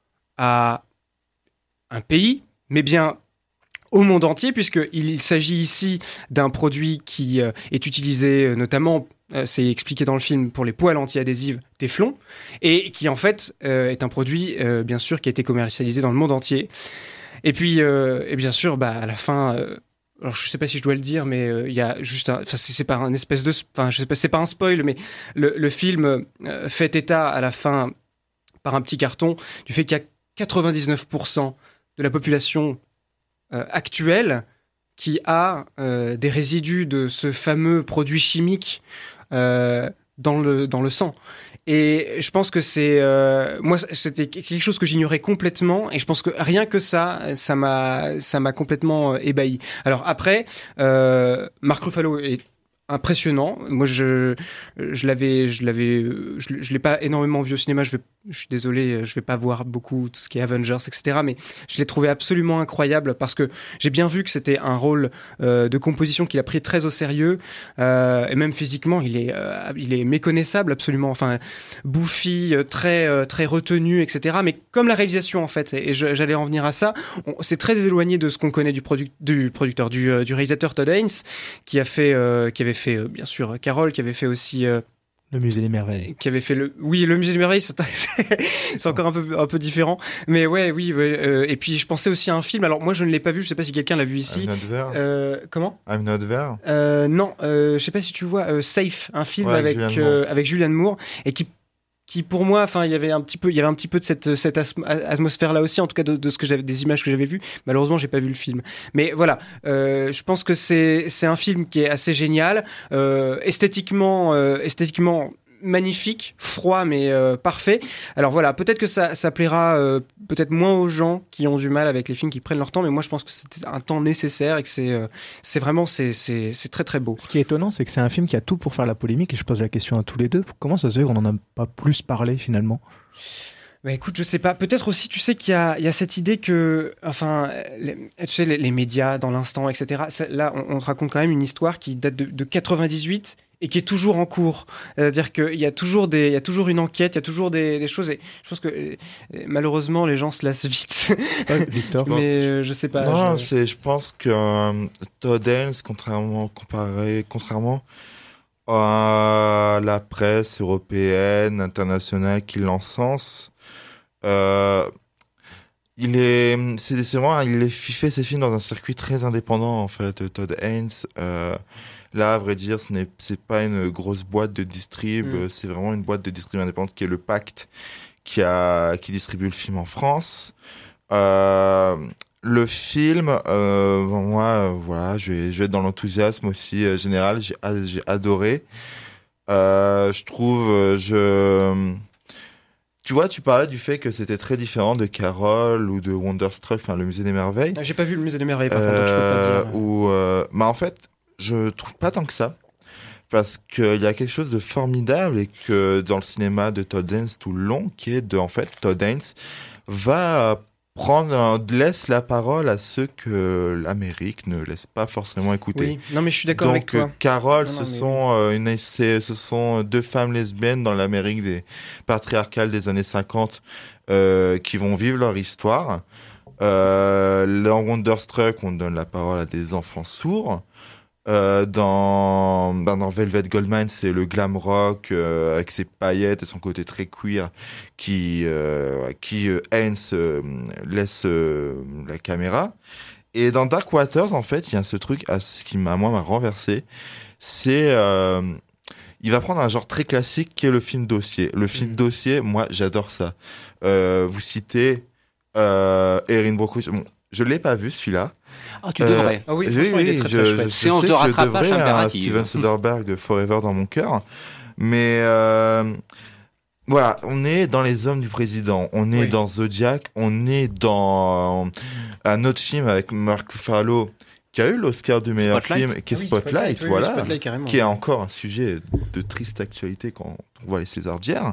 [SPEAKER 5] à un pays, mais bien au monde entier, puisqu'il il s'agit ici d'un produit qui euh, est utilisé euh, notamment, euh, c'est expliqué dans le film, pour les poêles anti-adhésives Teflon, et qui en fait euh, est un produit, euh, bien sûr, qui a été commercialisé dans le monde entier. Et puis, euh, et bien sûr, bah, à la fin... Euh, alors je sais pas si je dois le dire, mais il euh, y a juste un, enfin c'est, c'est pas un espèce de, enfin je sais pas, c'est pas un spoil, mais le, le film euh, fait état à la fin par un petit carton du fait qu'il y a quatre-vingt-dix-neuf pour cent de la population euh, actuelle qui a euh, des résidus de ce fameux produit chimique euh, dans le dans le sang. Et je pense que c'est... Euh, moi, c'était quelque chose que j'ignorais complètement. Et je pense que rien que ça, ça m'a, ça m'a complètement euh, ébahi. Alors après, euh, Mark Ruffalo est impressionnant. Moi, je, je l'avais... Je l'avais... Je, je l'ai pas énormément vu au cinéma. Je, vais, je suis désolé, je vais pas voir beaucoup tout ce qui est Avengers, et cetera. Mais je l'ai trouvé absolument incroyable parce que j'ai bien vu que c'était un rôle euh, de composition qu'il a pris très au sérieux. Euh, et même physiquement, il est, euh, il est méconnaissable absolument. Enfin, bouffi, très, euh, très retenu, et cetera. Mais comme la réalisation, en fait, et je, j'allais en venir à ça, on, c'est très éloigné de ce qu'on connaît du, produc- du producteur, du, euh, du réalisateur Todd Haynes, qui a fait, euh, qui avait fait, euh, bien sûr, Carol, qui avait fait aussi... Euh,
[SPEAKER 7] Le Musée des Merveilles.
[SPEAKER 5] Qui avait fait le... Oui, le Musée des Merveilles, c'est, c'est encore un peu, un peu différent. Mais ouais, oui. Ouais, euh, et puis, je pensais aussi à un film. Alors, moi, je ne l'ai pas vu. Je sais pas si quelqu'un l'a vu ici.
[SPEAKER 4] I'm Not There.
[SPEAKER 5] Euh, comment
[SPEAKER 4] I'm Not There.
[SPEAKER 5] euh, Non, euh, je sais pas si tu vois euh, Safe, un film
[SPEAKER 4] ouais,
[SPEAKER 5] avec,
[SPEAKER 4] Julianne
[SPEAKER 5] euh, avec Julianne Moore, et qui qui pour moi, enfin, il y avait un petit peu, il y avait un petit peu de cette cette atmosphère-là aussi, en tout cas de, de ce que j'avais, des images que j'avais vues. Malheureusement, j'ai pas vu le film, mais voilà, euh, je pense que c'est c'est un film qui est assez génial, euh, esthétiquement, euh, esthétiquement magnifique, froid mais euh, parfait. Alors voilà, peut-être que ça, ça plaira euh, peut-être moins aux gens qui ont du mal avec les films qui prennent leur temps, mais moi je pense que c'est un temps nécessaire et que c'est, euh, c'est vraiment c'est, c'est, c'est très très beau.
[SPEAKER 7] Ce qui est étonnant, c'est que c'est un film qui a tout pour faire la polémique, et je pose la question à tous les deux, comment ça se fait qu'on n'en a pas plus parlé finalement ?
[SPEAKER 5] Bah écoute, je sais pas. Peut-être aussi, tu sais qu'il y a, il y a cette idée que, enfin, les, tu sais, les, les médias dans l'instant, et cetera. Ça, là, on, on te raconte quand même une histoire qui date de, de quatre-vingt-dix-huit et qui est toujours en cours. C'est-à-dire qu'il y a toujours des, il y a toujours une enquête, il y a toujours des, des choses. Et je pense que euh, malheureusement, les gens se lassent vite.
[SPEAKER 7] Ouais, Victor.
[SPEAKER 5] Mais euh, je sais pas.
[SPEAKER 4] Non,
[SPEAKER 5] je...
[SPEAKER 4] c'est, je pense que euh, Todd Haynes, contrairement, comparé, contrairement à la presse européenne, internationale qui l'encense. Euh, il est, c'est, c'est vraiment, il, est, il fait ses films dans un circuit très indépendant en fait. Todd Haynes, euh, là, à vrai dire, ce n'est, c'est pas une grosse boîte de distrib, mm. c'est vraiment une boîte de distrib indépendante qui est le Pacte, qui a, qui distribue le film en France. Euh, le film, euh, moi, euh, voilà, je vais, je vais être dans l'enthousiasme aussi euh, général. J'ai, j'ai adoré. Euh, je trouve, euh, je Tu vois, tu parlais du fait que c'était très différent de Carol ou de Wonderstruck, enfin le Musée des Merveilles.
[SPEAKER 5] J'ai pas vu le Musée des Merveilles, par
[SPEAKER 4] euh,
[SPEAKER 5] contre, donc je peux pas dire.
[SPEAKER 4] Ou, euh, bah en fait, je trouve pas tant que ça, parce qu'il y a quelque chose de formidable et que dans le cinéma de Todd Haynes tout le long, qui est de, en fait, Todd Haynes va prendre, laisse la parole à ceux que l'Amérique ne laisse pas forcément écouter.
[SPEAKER 5] Oui, non mais je suis d'accord
[SPEAKER 4] Donc,
[SPEAKER 5] avec toi.
[SPEAKER 4] Donc Carol,
[SPEAKER 5] non, non,
[SPEAKER 4] ce
[SPEAKER 5] mais...
[SPEAKER 4] sont euh, une, c'est, ce sont deux femmes lesbiennes dans l'Amérique des patriarcale des années cinquante euh, qui vont vivre leur histoire. Euh, dans Wonderstruck, on donne la parole à des enfants sourds. Euh, dans, dans Velvet Goldmine, c'est le glam rock euh, avec ses paillettes et son côté très queer qui, euh, qui euh, Haynes euh, laisse euh, la caméra. Et dans Dark Waters, en fait, il y a ce truc à ce qui m'a, moi, m'a renversé. C'est... Euh, il va prendre un genre très classique qui est le film dossier. Le film mmh. dossier, moi, j'adore ça. Euh, vous citez euh, Erin Brockovich. Bon, je l'ai pas vu celui-là.
[SPEAKER 3] Ah, tu devrais.
[SPEAKER 4] Euh,
[SPEAKER 3] ah oui,
[SPEAKER 4] oui, oui,
[SPEAKER 3] il est très,
[SPEAKER 4] je,
[SPEAKER 3] très
[SPEAKER 4] je, je
[SPEAKER 3] séance
[SPEAKER 4] sais
[SPEAKER 3] de
[SPEAKER 4] que
[SPEAKER 3] rattrapage
[SPEAKER 4] je devrais
[SPEAKER 3] impérative.
[SPEAKER 4] Steven Soderbergh Forever dans mon cœur. Mais euh, voilà, on est dans Les Hommes du Président, on est oui. dans Zodiac, on est dans un autre film avec Mark Ruffalo qui a eu l'Oscar du meilleur
[SPEAKER 3] Spotlight.
[SPEAKER 4] film, qui est
[SPEAKER 5] ah oui,
[SPEAKER 4] Spotlight,
[SPEAKER 5] Spotlight,
[SPEAKER 4] voilà,
[SPEAKER 5] oui, Spotlight,
[SPEAKER 4] qui est encore un sujet de triste actualité quand on voit les Césars d'hier.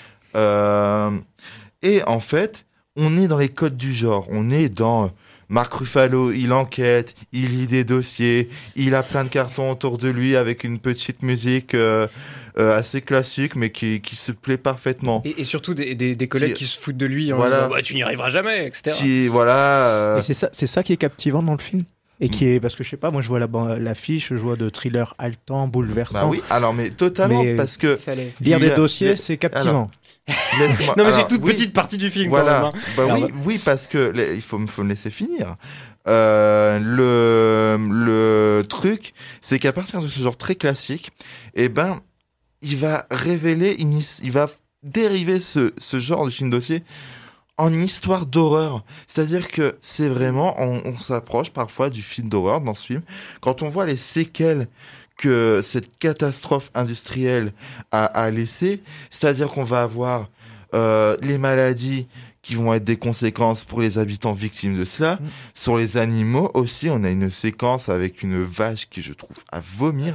[SPEAKER 4] Euh, et en fait, on est dans les codes du genre, on est dans Mark Ruffalo, il enquête, il lit des dossiers, il a plein de cartons autour de lui avec une petite musique euh, euh, assez classique, mais qui, qui se plaît parfaitement.
[SPEAKER 5] Et, et surtout des, des, des collègues qui, qui se foutent de lui en
[SPEAKER 4] voilà,
[SPEAKER 5] disant bah, tu n'y arriveras jamais, et cetera.
[SPEAKER 4] Qui, voilà. Euh...
[SPEAKER 7] Et c'est ça, c'est ça qui est captivant dans le film. Et qui est, parce que je sais pas, moi je vois la, l'affiche, je vois de thriller haletant, bouleversant.
[SPEAKER 4] Bah oui, alors mais totalement,
[SPEAKER 7] mais
[SPEAKER 4] parce que
[SPEAKER 7] lire des dossiers, a... c'est captivant.
[SPEAKER 5] Alors, non mais c'est une toute oui, petite partie du film.
[SPEAKER 4] Voilà,
[SPEAKER 5] quand même, hein.
[SPEAKER 4] bah
[SPEAKER 5] alors,
[SPEAKER 4] oui, oui, parce que les, il faut, faut me laisser finir. Euh, le le truc, c'est qu'à partir de ce genre très classique, eh ben, il va révéler, une, il va dériver ce ce genre de film dossier en histoire d'horreur. C'est-à-dire que c'est vraiment, on, on s'approche parfois du film d'horreur dans ce film. Quand on voit les séquelles que cette catastrophe industrielle a, a laissé, c'est-à-dire qu'on va avoir euh, les maladies qui vont être des conséquences pour les habitants victimes de cela. Mmh. Sur les animaux aussi, on a une séquence avec une vache qui, je trouve, à vomir.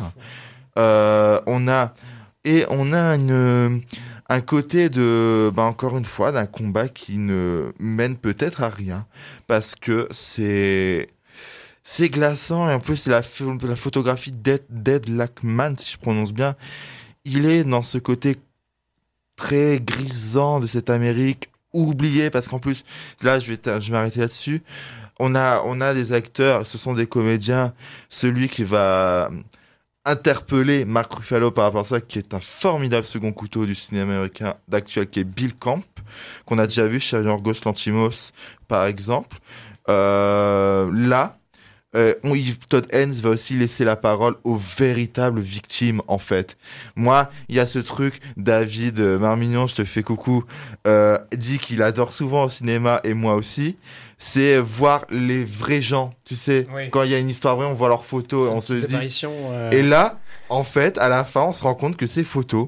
[SPEAKER 4] Euh, on a et on a une un côté de, bah encore une fois, d'un combat qui ne mène peut-être à rien, parce que c'est c'est glaçant, et en plus la, la photographie d'Ed, d'Ed Lachman, si je prononce bien, il est dans ce côté très grisant de cette Amérique oubliée, parce qu'en plus, là je vais, je vais m'arrêter là-dessus, on a, on a des acteurs, ce sont des comédiens, celui qui va interpeller Mark Ruffalo par rapport à ça, qui est un formidable second couteau du cinéma américain d'actuel, qui est Bill Camp, qu'on a déjà vu chez Yorgos Lanthimos, par exemple. Euh, là, euh, on, Todd Haynes va aussi laisser la parole aux véritables victimes, en fait. Moi, il y a ce truc, David Marmignon, je te fais coucou, euh, dit qu'il adore souvent au cinéma, et moi aussi, c'est voir les vrais gens, tu sais, oui. Quand il y a une histoire vraie, on voit leurs photos, et on se dit... Euh... Et là, en fait, à la fin, on se rend compte que ces photos,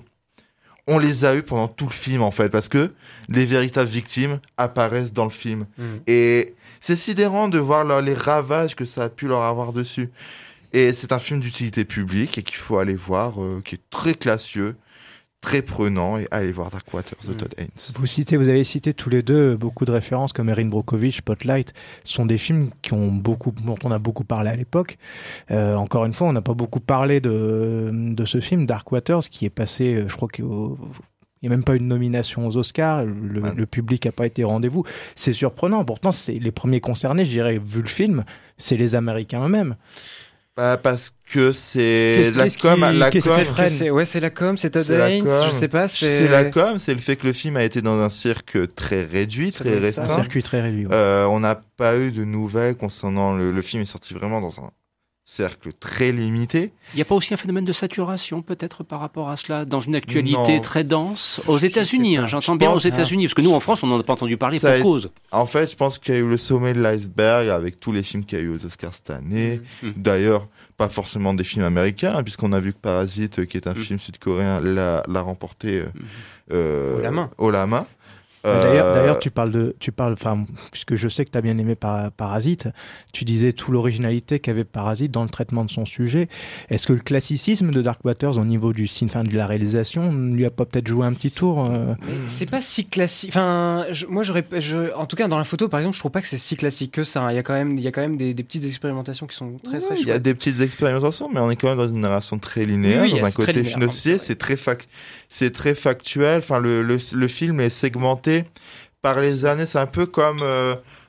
[SPEAKER 4] on les a eues pendant tout le film, en fait, parce que les véritables victimes apparaissent dans le film. Mmh. Et c'est sidérant de voir leur, les ravages que ça a pu leur avoir dessus. Et c'est un film d'utilité publique et qu'il faut aller voir, euh, qui est très classieux, très prenant, et allez voir Dark Waters de mmh. Todd Haynes.
[SPEAKER 7] Vous citez, vous avez cité tous les deux beaucoup de références comme Erin Brockovich, Spotlight, sont des films qui ont beaucoup, dont on a beaucoup parlé à l'époque. Euh, encore une fois, on n'a pas beaucoup parlé de de ce film Dark Waters qui est passé, je crois qu'il n'y a même pas une nomination aux Oscars, le, ouais. le public n'a pas été au rendez-vous. C'est surprenant, pourtant c'est les premiers concernés, je dirais, vu le film, c'est les Américains eux-mêmes.
[SPEAKER 4] Bah parce que c'est
[SPEAKER 5] qu'est-ce,
[SPEAKER 4] la
[SPEAKER 5] qu'est-ce
[SPEAKER 4] com,
[SPEAKER 5] qui,
[SPEAKER 4] la
[SPEAKER 5] qu'est-ce
[SPEAKER 4] com.
[SPEAKER 5] C'est, ouais, c'est la com, c'est Todd Haynes, je sais pas. C'est...
[SPEAKER 4] c'est la com, c'est le fait que le film a été dans un cirque très réduit,
[SPEAKER 7] ça
[SPEAKER 4] très restreint.
[SPEAKER 7] Un circuit très réduit. Ouais.
[SPEAKER 4] Euh, on n'a pas eu de nouvelles concernant le, le film est sorti vraiment dans un cercle très limité.
[SPEAKER 3] Il n'y a pas aussi un phénomène de saturation peut-être par rapport à cela dans une actualité non. très dense aux États-Unis, hein, j'entends je bien pense, aux États-Unis, parce que nous en France on n'en a pas entendu parler pour
[SPEAKER 4] a,
[SPEAKER 3] cause.
[SPEAKER 4] En fait, je pense qu'il y a eu le sommet de l'iceberg avec tous les films qu'il y a eu aux Oscars cette année. Mmh. D'ailleurs, pas forcément des films américains, hein, puisqu'on a vu que Parasite, qui est un mmh. film sud-coréen, l'a, l'a remporté mmh. euh,
[SPEAKER 5] haut la main.
[SPEAKER 4] Haut la main.
[SPEAKER 7] D'ailleurs, euh... d'ailleurs, tu parles de, tu parles, enfin, puisque je sais que tu as bien aimé par, Parasite, tu disais toute l'originalité qu'avait Parasite dans le traitement de son sujet. Est-ce que le classicisme de Dark Waters au niveau du cinéma, enfin, de la réalisation, lui a pas peut-être joué un petit tour euh...
[SPEAKER 5] Mais c'est pas si classique. Enfin, je, moi, j'aurais, je, en tout cas, dans la photo, par exemple, je trouve pas que c'est si classique que ça. Il y a quand même, il y a quand même des, des petites expérimentations qui sont très, très.
[SPEAKER 4] Il y a des petites expérimentations, mais on est quand même dans une narration très linéaire.
[SPEAKER 5] Oui, oui,
[SPEAKER 4] dans un côté financier, c'est très fac, c'est très factuel. Enfin, le, le, le film est segmenté par les années. C'est un peu comme euh,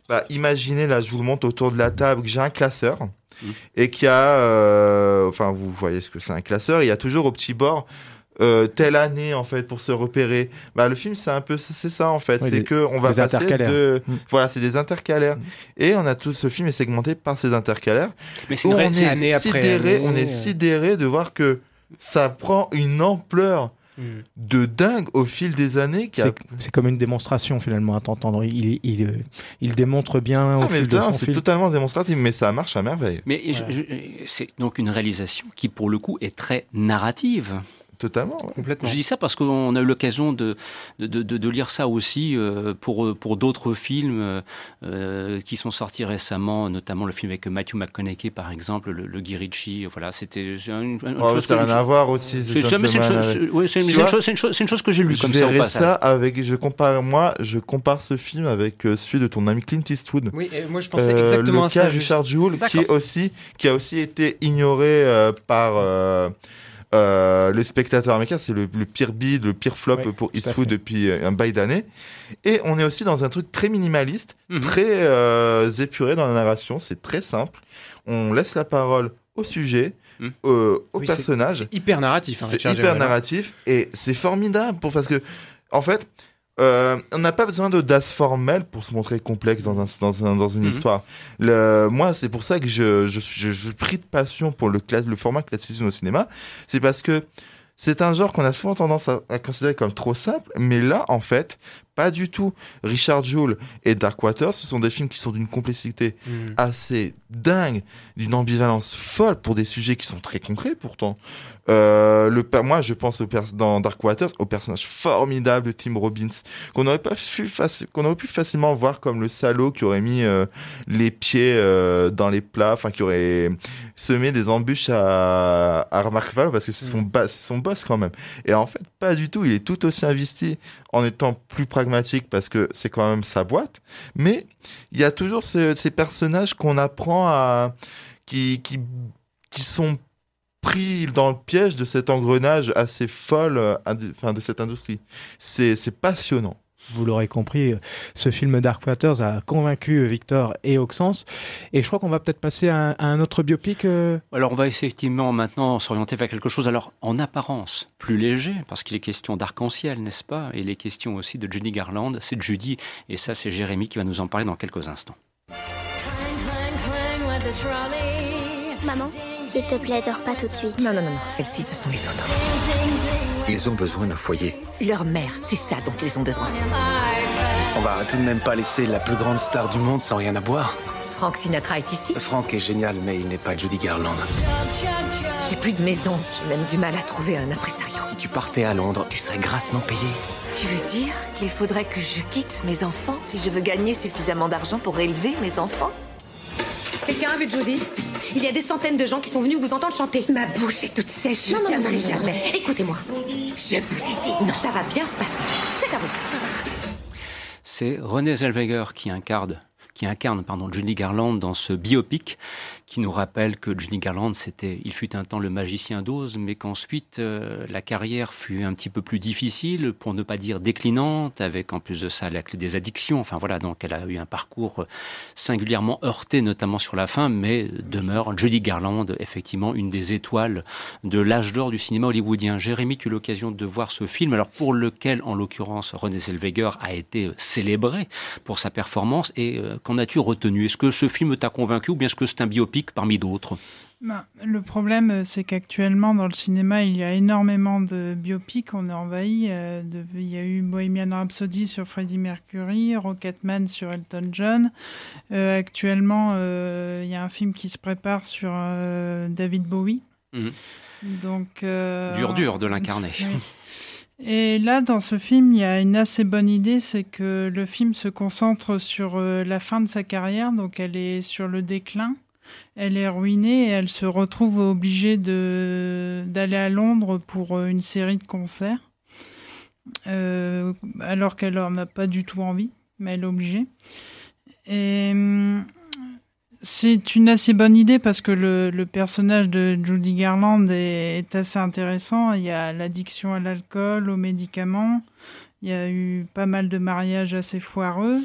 [SPEAKER 4] bah, imaginez, là, je vous le montre autour de la table, que j'ai un classeur. Mmh. Et qu'il y a, euh, enfin, vous voyez ce que c'est un classeur. Il y a toujours au petit bord euh, telle année en fait pour se repérer. Bah, le film, c'est un peu, c'est ça en fait, oui, c'est des, que on va passer de, mmh. voilà, c'est des intercalaires. Mmh. Et on a tout ce film est segmenté par ces intercalaires.
[SPEAKER 3] Mais c'est vrai,
[SPEAKER 4] on
[SPEAKER 3] c'est
[SPEAKER 4] est
[SPEAKER 3] année
[SPEAKER 4] sidéré,
[SPEAKER 3] après année,
[SPEAKER 4] on est
[SPEAKER 3] euh...
[SPEAKER 4] sidéré de voir que ça prend une ampleur. Mm. de dingue au fil des années.
[SPEAKER 7] C'est, a... c'est comme une démonstration finalement à t'entendre. Il, il, il, il démontre bien
[SPEAKER 4] ah,
[SPEAKER 7] au
[SPEAKER 4] mais
[SPEAKER 7] fil
[SPEAKER 4] putain,
[SPEAKER 7] de son
[SPEAKER 4] c'est
[SPEAKER 7] film.
[SPEAKER 4] totalement démonstratif, mais ça marche à merveille.
[SPEAKER 3] Mais ouais. je, je, c'est donc une réalisation qui pour le coup est très narrative.
[SPEAKER 4] Totalement, ouais.
[SPEAKER 3] Complètement. Je dis ça parce qu'on a eu l'occasion de, de, de, de lire ça aussi euh, pour, pour d'autres films euh, qui sont sortis récemment, notamment le film avec Matthew McConaughey, par exemple, le, le Guy Ritchie. Voilà, c'était une, une
[SPEAKER 4] oh,
[SPEAKER 3] chose.
[SPEAKER 4] Ça n'a rien à voir aussi.
[SPEAKER 3] C'est, c'est, mais c'est, une chose, avec... ouais, c'est, une, c'est, une chose, c'est, une chose, c'est une chose que j'ai lue comme ça au passage.
[SPEAKER 4] Ça avec, je compare, moi, je compare ce film avec euh, celui de ton ami Clint Eastwood.
[SPEAKER 5] Oui, et moi je pensais euh, exactement
[SPEAKER 4] le
[SPEAKER 5] à ça.
[SPEAKER 4] Le cas Richard Jewell, qui, est aussi, qui a aussi été ignoré euh, par. Euh, Euh, le spectateur américain, c'est le, le pire bid, le pire flop oui, pour Eastwood depuis un bail d'années. Et on est aussi dans un truc très minimaliste, mm-hmm. très euh, épuré dans la narration. C'est très simple. On laisse la parole au sujet, mm. euh, au
[SPEAKER 5] oui,
[SPEAKER 4] personnage.
[SPEAKER 5] C'est, c'est hyper narratif. Hein,
[SPEAKER 4] c'est
[SPEAKER 5] Richard
[SPEAKER 4] hyper
[SPEAKER 5] Gervais,
[SPEAKER 4] narratif et c'est formidable pour, parce que, en fait, Euh, on n'a pas besoin d'audace formelle pour se montrer complexe dans, un, dans, un, dans une mm-hmm. histoire. Le, moi, c'est pour ça que je, je, je, je prie de passion pour le, le format classicisme au cinéma. C'est parce que c'est un genre qu'on a souvent tendance à, à considérer comme trop simple, mais là, en fait, pas du tout. Richard Jewell et Darkwater, ce sont des films qui sont d'une complexité mmh. assez dingue, d'une ambivalence folle pour des sujets qui sont très concrets pourtant. Euh, le, moi, je pense au pers- dans Darkwater au personnage formidable de Tim Robbins, qu'on aurait pas pu faci- qu'on aurait pu facilement voir comme le salaud qui aurait mis euh, les pieds euh, dans les plats, enfin qui aurait semé des embûches à, à Mark Wahlberg parce que c'est son, mmh. ba- c'est son boss quand même. Et en fait, pas du tout. Il est tout aussi investi en étant plus pragmatique parce que c'est quand même sa boîte, mais il y a toujours ce, ces personnages qu'on apprend à qui, qui, qui sont pris dans le piège de cet engrenage assez folle enfin, de cette industrie. C'est, c'est passionnant.
[SPEAKER 7] Vous l'aurez compris, ce film Darkwater a convaincu Victor et Auxence. Et je crois qu'on va peut-être passer à un, à un autre biopic. Euh...
[SPEAKER 3] Alors, on va effectivement maintenant s'orienter vers quelque chose, alors en apparence plus léger, parce qu'il est question d'arc-en-ciel, n'est-ce pas ? Et il est question aussi de Judy Garland. C'est Judy, et ça, c'est Jérémy qui va nous en parler dans quelques instants.
[SPEAKER 12] Maman, s'il te plaît, dors pas tout de suite.
[SPEAKER 13] Non, non, non, non, celles-ci, ce sont les autres.
[SPEAKER 9] Ils ont besoin d'un foyer.
[SPEAKER 13] Leur mère, c'est ça dont ils ont besoin.
[SPEAKER 14] On va tout de même pas laisser la plus grande star du monde sans rien à boire.
[SPEAKER 13] Frank Sinatra est ici ?
[SPEAKER 14] Frank est génial, mais il n'est pas Judy Garland.
[SPEAKER 13] J'ai plus de maison. J'ai même du mal à trouver un impresario.
[SPEAKER 14] Si tu partais à Londres, tu serais grassement payé.
[SPEAKER 13] Tu veux dire qu'il faudrait que je quitte mes enfants si je veux gagner suffisamment d'argent pour élever mes enfants ?
[SPEAKER 15] Quelqu'un a vu Judy ? Il y a des centaines de gens qui sont venus vous entendre chanter.
[SPEAKER 13] Ma bouche est toute sèche, je
[SPEAKER 15] non,
[SPEAKER 13] ne
[SPEAKER 15] non, non, non,
[SPEAKER 13] jamais.
[SPEAKER 15] Non. Écoutez-moi.
[SPEAKER 13] Je vous ai dit non.
[SPEAKER 15] Ça va bien se passer. C'est à vous.
[SPEAKER 3] C'est Renée Zellweger qui incarne, qui incarne pardon, Judy Garland dans ce biopic qui nous rappelle que Judy Garland, c'était, il fut un temps le magicien d'Oz, mais qu'ensuite euh, la carrière fut un petit peu plus difficile, pour ne pas dire déclinante, avec en plus de ça la clé des addictions. Enfin voilà, donc elle a eu un parcours singulièrement heurté, notamment sur la fin, mais demeure Judy Garland, effectivement, une des étoiles de l'âge d'or du cinéma hollywoodien. Jérémy, tu as eu l'occasion de voir ce film, alors pour lequel, en l'occurrence, Renée Zellweger a été célébrée pour sa performance, et euh, qu'en as-tu retenu ? Est-ce que ce film t'a convaincu, ou bien est-ce que c'est un biopic parmi d'autres ?
[SPEAKER 6] Ben, le problème, c'est qu'actuellement, dans le cinéma, il y a énormément de biopics. On est envahi. Euh, de, il y a eu Bohemian Rhapsody sur Freddie Mercury, Rocketman sur Elton John. Euh, actuellement, euh, il y a un film qui se prépare sur euh, David Bowie. Mmh. Donc, euh,
[SPEAKER 3] dur, dur de l'incarner.
[SPEAKER 6] Oui. Et là, dans ce film, il y a une assez bonne idée, c'est que le film se concentre sur euh, la fin de sa carrière, donc elle est sur le déclin. Elle est ruinée et elle se retrouve obligée de, d'aller à Londres pour une série de concerts, euh, alors qu'elle n'en a pas du tout envie, mais elle est obligée. Et c'est une assez bonne idée parce que le, le personnage de Judy Garland est, est assez intéressant. Il y a l'addiction à l'alcool, aux médicaments. Il y a eu pas mal de mariages assez foireux,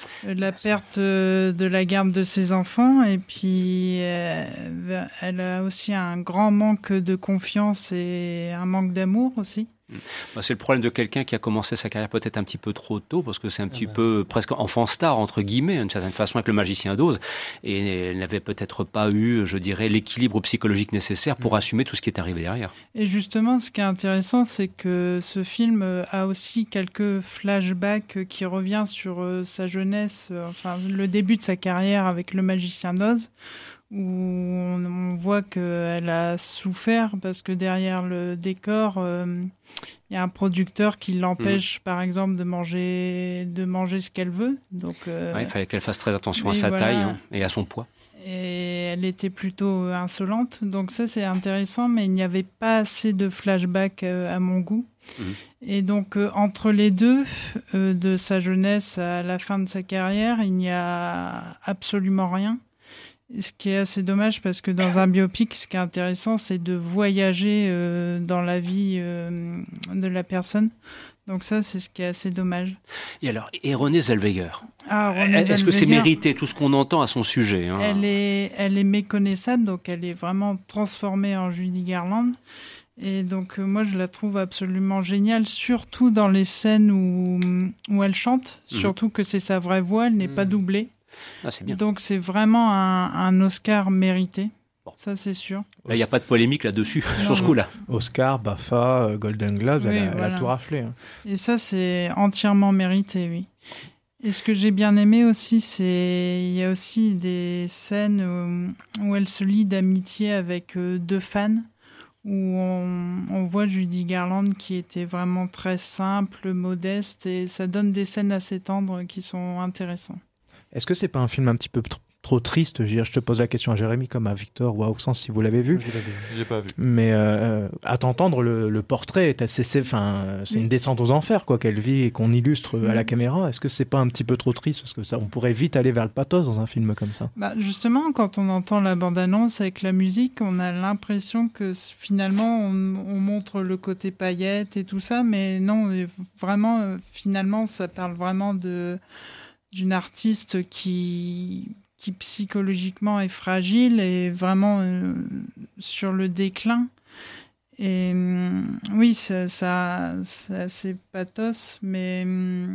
[SPEAKER 6] la perte de la garde de ses enfants, et puis euh, elle a aussi un grand manque de confiance et un manque d'amour aussi.
[SPEAKER 3] C'est le problème de quelqu'un qui a commencé sa carrière peut-être un petit peu trop tôt, parce que c'est un petit
[SPEAKER 5] Ah ben.
[SPEAKER 3] peu presque enfant star, entre guillemets, d'une certaine façon, avec le magicien d'Oz, et elle n'avait peut-être pas eu, je dirais, l'équilibre psychologique nécessaire pour mmh. assumer tout ce qui est arrivé derrière.
[SPEAKER 6] Et justement, ce qui est intéressant, c'est que ce film a aussi quelques flashbacks qui reviennent sur sa jeunesse, enfin le début de sa carrière avec le magicien d'Oz, où on, on voit qu'elle a souffert parce que derrière le décor, il euh, y a un producteur qui l'empêche, mmh. par exemple, de manger, de manger ce qu'elle veut. Donc, euh,
[SPEAKER 3] ouais, il fallait qu'elle fasse très attention à sa voilà. taille hein, et à son poids.
[SPEAKER 6] Et elle était plutôt insolente. Donc ça, c'est intéressant, mais il n'y avait pas assez de flashbacks euh, à mon goût. Mmh. Et donc, euh, entre les deux, euh, de sa jeunesse à la fin de sa carrière, il n'y a absolument rien. Ce qui est assez dommage parce que dans un biopic, ce qui est intéressant, c'est de voyager euh, dans la vie euh, de la personne. Donc ça, c'est ce qui est assez dommage.
[SPEAKER 3] Et alors, et Renée Zellweger,
[SPEAKER 6] ah, Renée
[SPEAKER 3] Est-ce
[SPEAKER 6] Zellweger,
[SPEAKER 3] que c'est mérité tout ce qu'on entend à son sujet hein
[SPEAKER 6] elle, est, elle est méconnaissable, donc elle est vraiment transformée en Judy Garland. Et donc euh, moi, je la trouve absolument géniale, surtout dans les scènes où, où elle chante, mmh. surtout que c'est sa vraie voix, elle n'est mmh. pas doublée.
[SPEAKER 3] Ah, c'est bien.
[SPEAKER 6] Donc c'est vraiment un, un Oscar mérité, bon. Ça c'est sûr.
[SPEAKER 3] Là il n'y a pas de polémique là-dessus, non, sur ce coup-là.
[SPEAKER 7] Oscar, BAFTA, Golden Globe, oui, elle, a, voilà. elle a tout raflé. Hein.
[SPEAKER 6] Et ça c'est entièrement mérité, oui. Et ce que j'ai bien aimé aussi, c'est il y a aussi des scènes où, où elle se lie d'amitié avec euh, deux fans, où on, on voit Judy Garland qui était vraiment très simple, modeste, et ça donne des scènes assez tendres qui sont intéressantes.
[SPEAKER 7] Est-ce que c'est pas un film un petit peu tr- trop triste ? Je, je te pose la question à Jérémy comme à Victor ou à Auxence si vous l'avez vu.
[SPEAKER 4] Je l'ai pas vu. Je l'ai pas vu.
[SPEAKER 7] Mais euh, à t'entendre, le, le portrait est assez, c'est, enfin, c'est une descente aux enfers quoi qu'elle vit et qu'on illustre mmh. à la caméra. Est-ce que c'est pas un petit peu trop triste parce que ça, on pourrait vite aller vers le pathos dans un film comme ça.
[SPEAKER 6] Bah justement, quand on entend la bande-annonce avec la musique, on a l'impression que finalement on, on montre le côté paillettes et tout ça, mais non, vraiment, finalement, ça parle vraiment de d'une artiste qui, qui psychologiquement est fragile et vraiment euh, sur le déclin. Et euh, oui, ça, ça, c'est assez pathos, mais,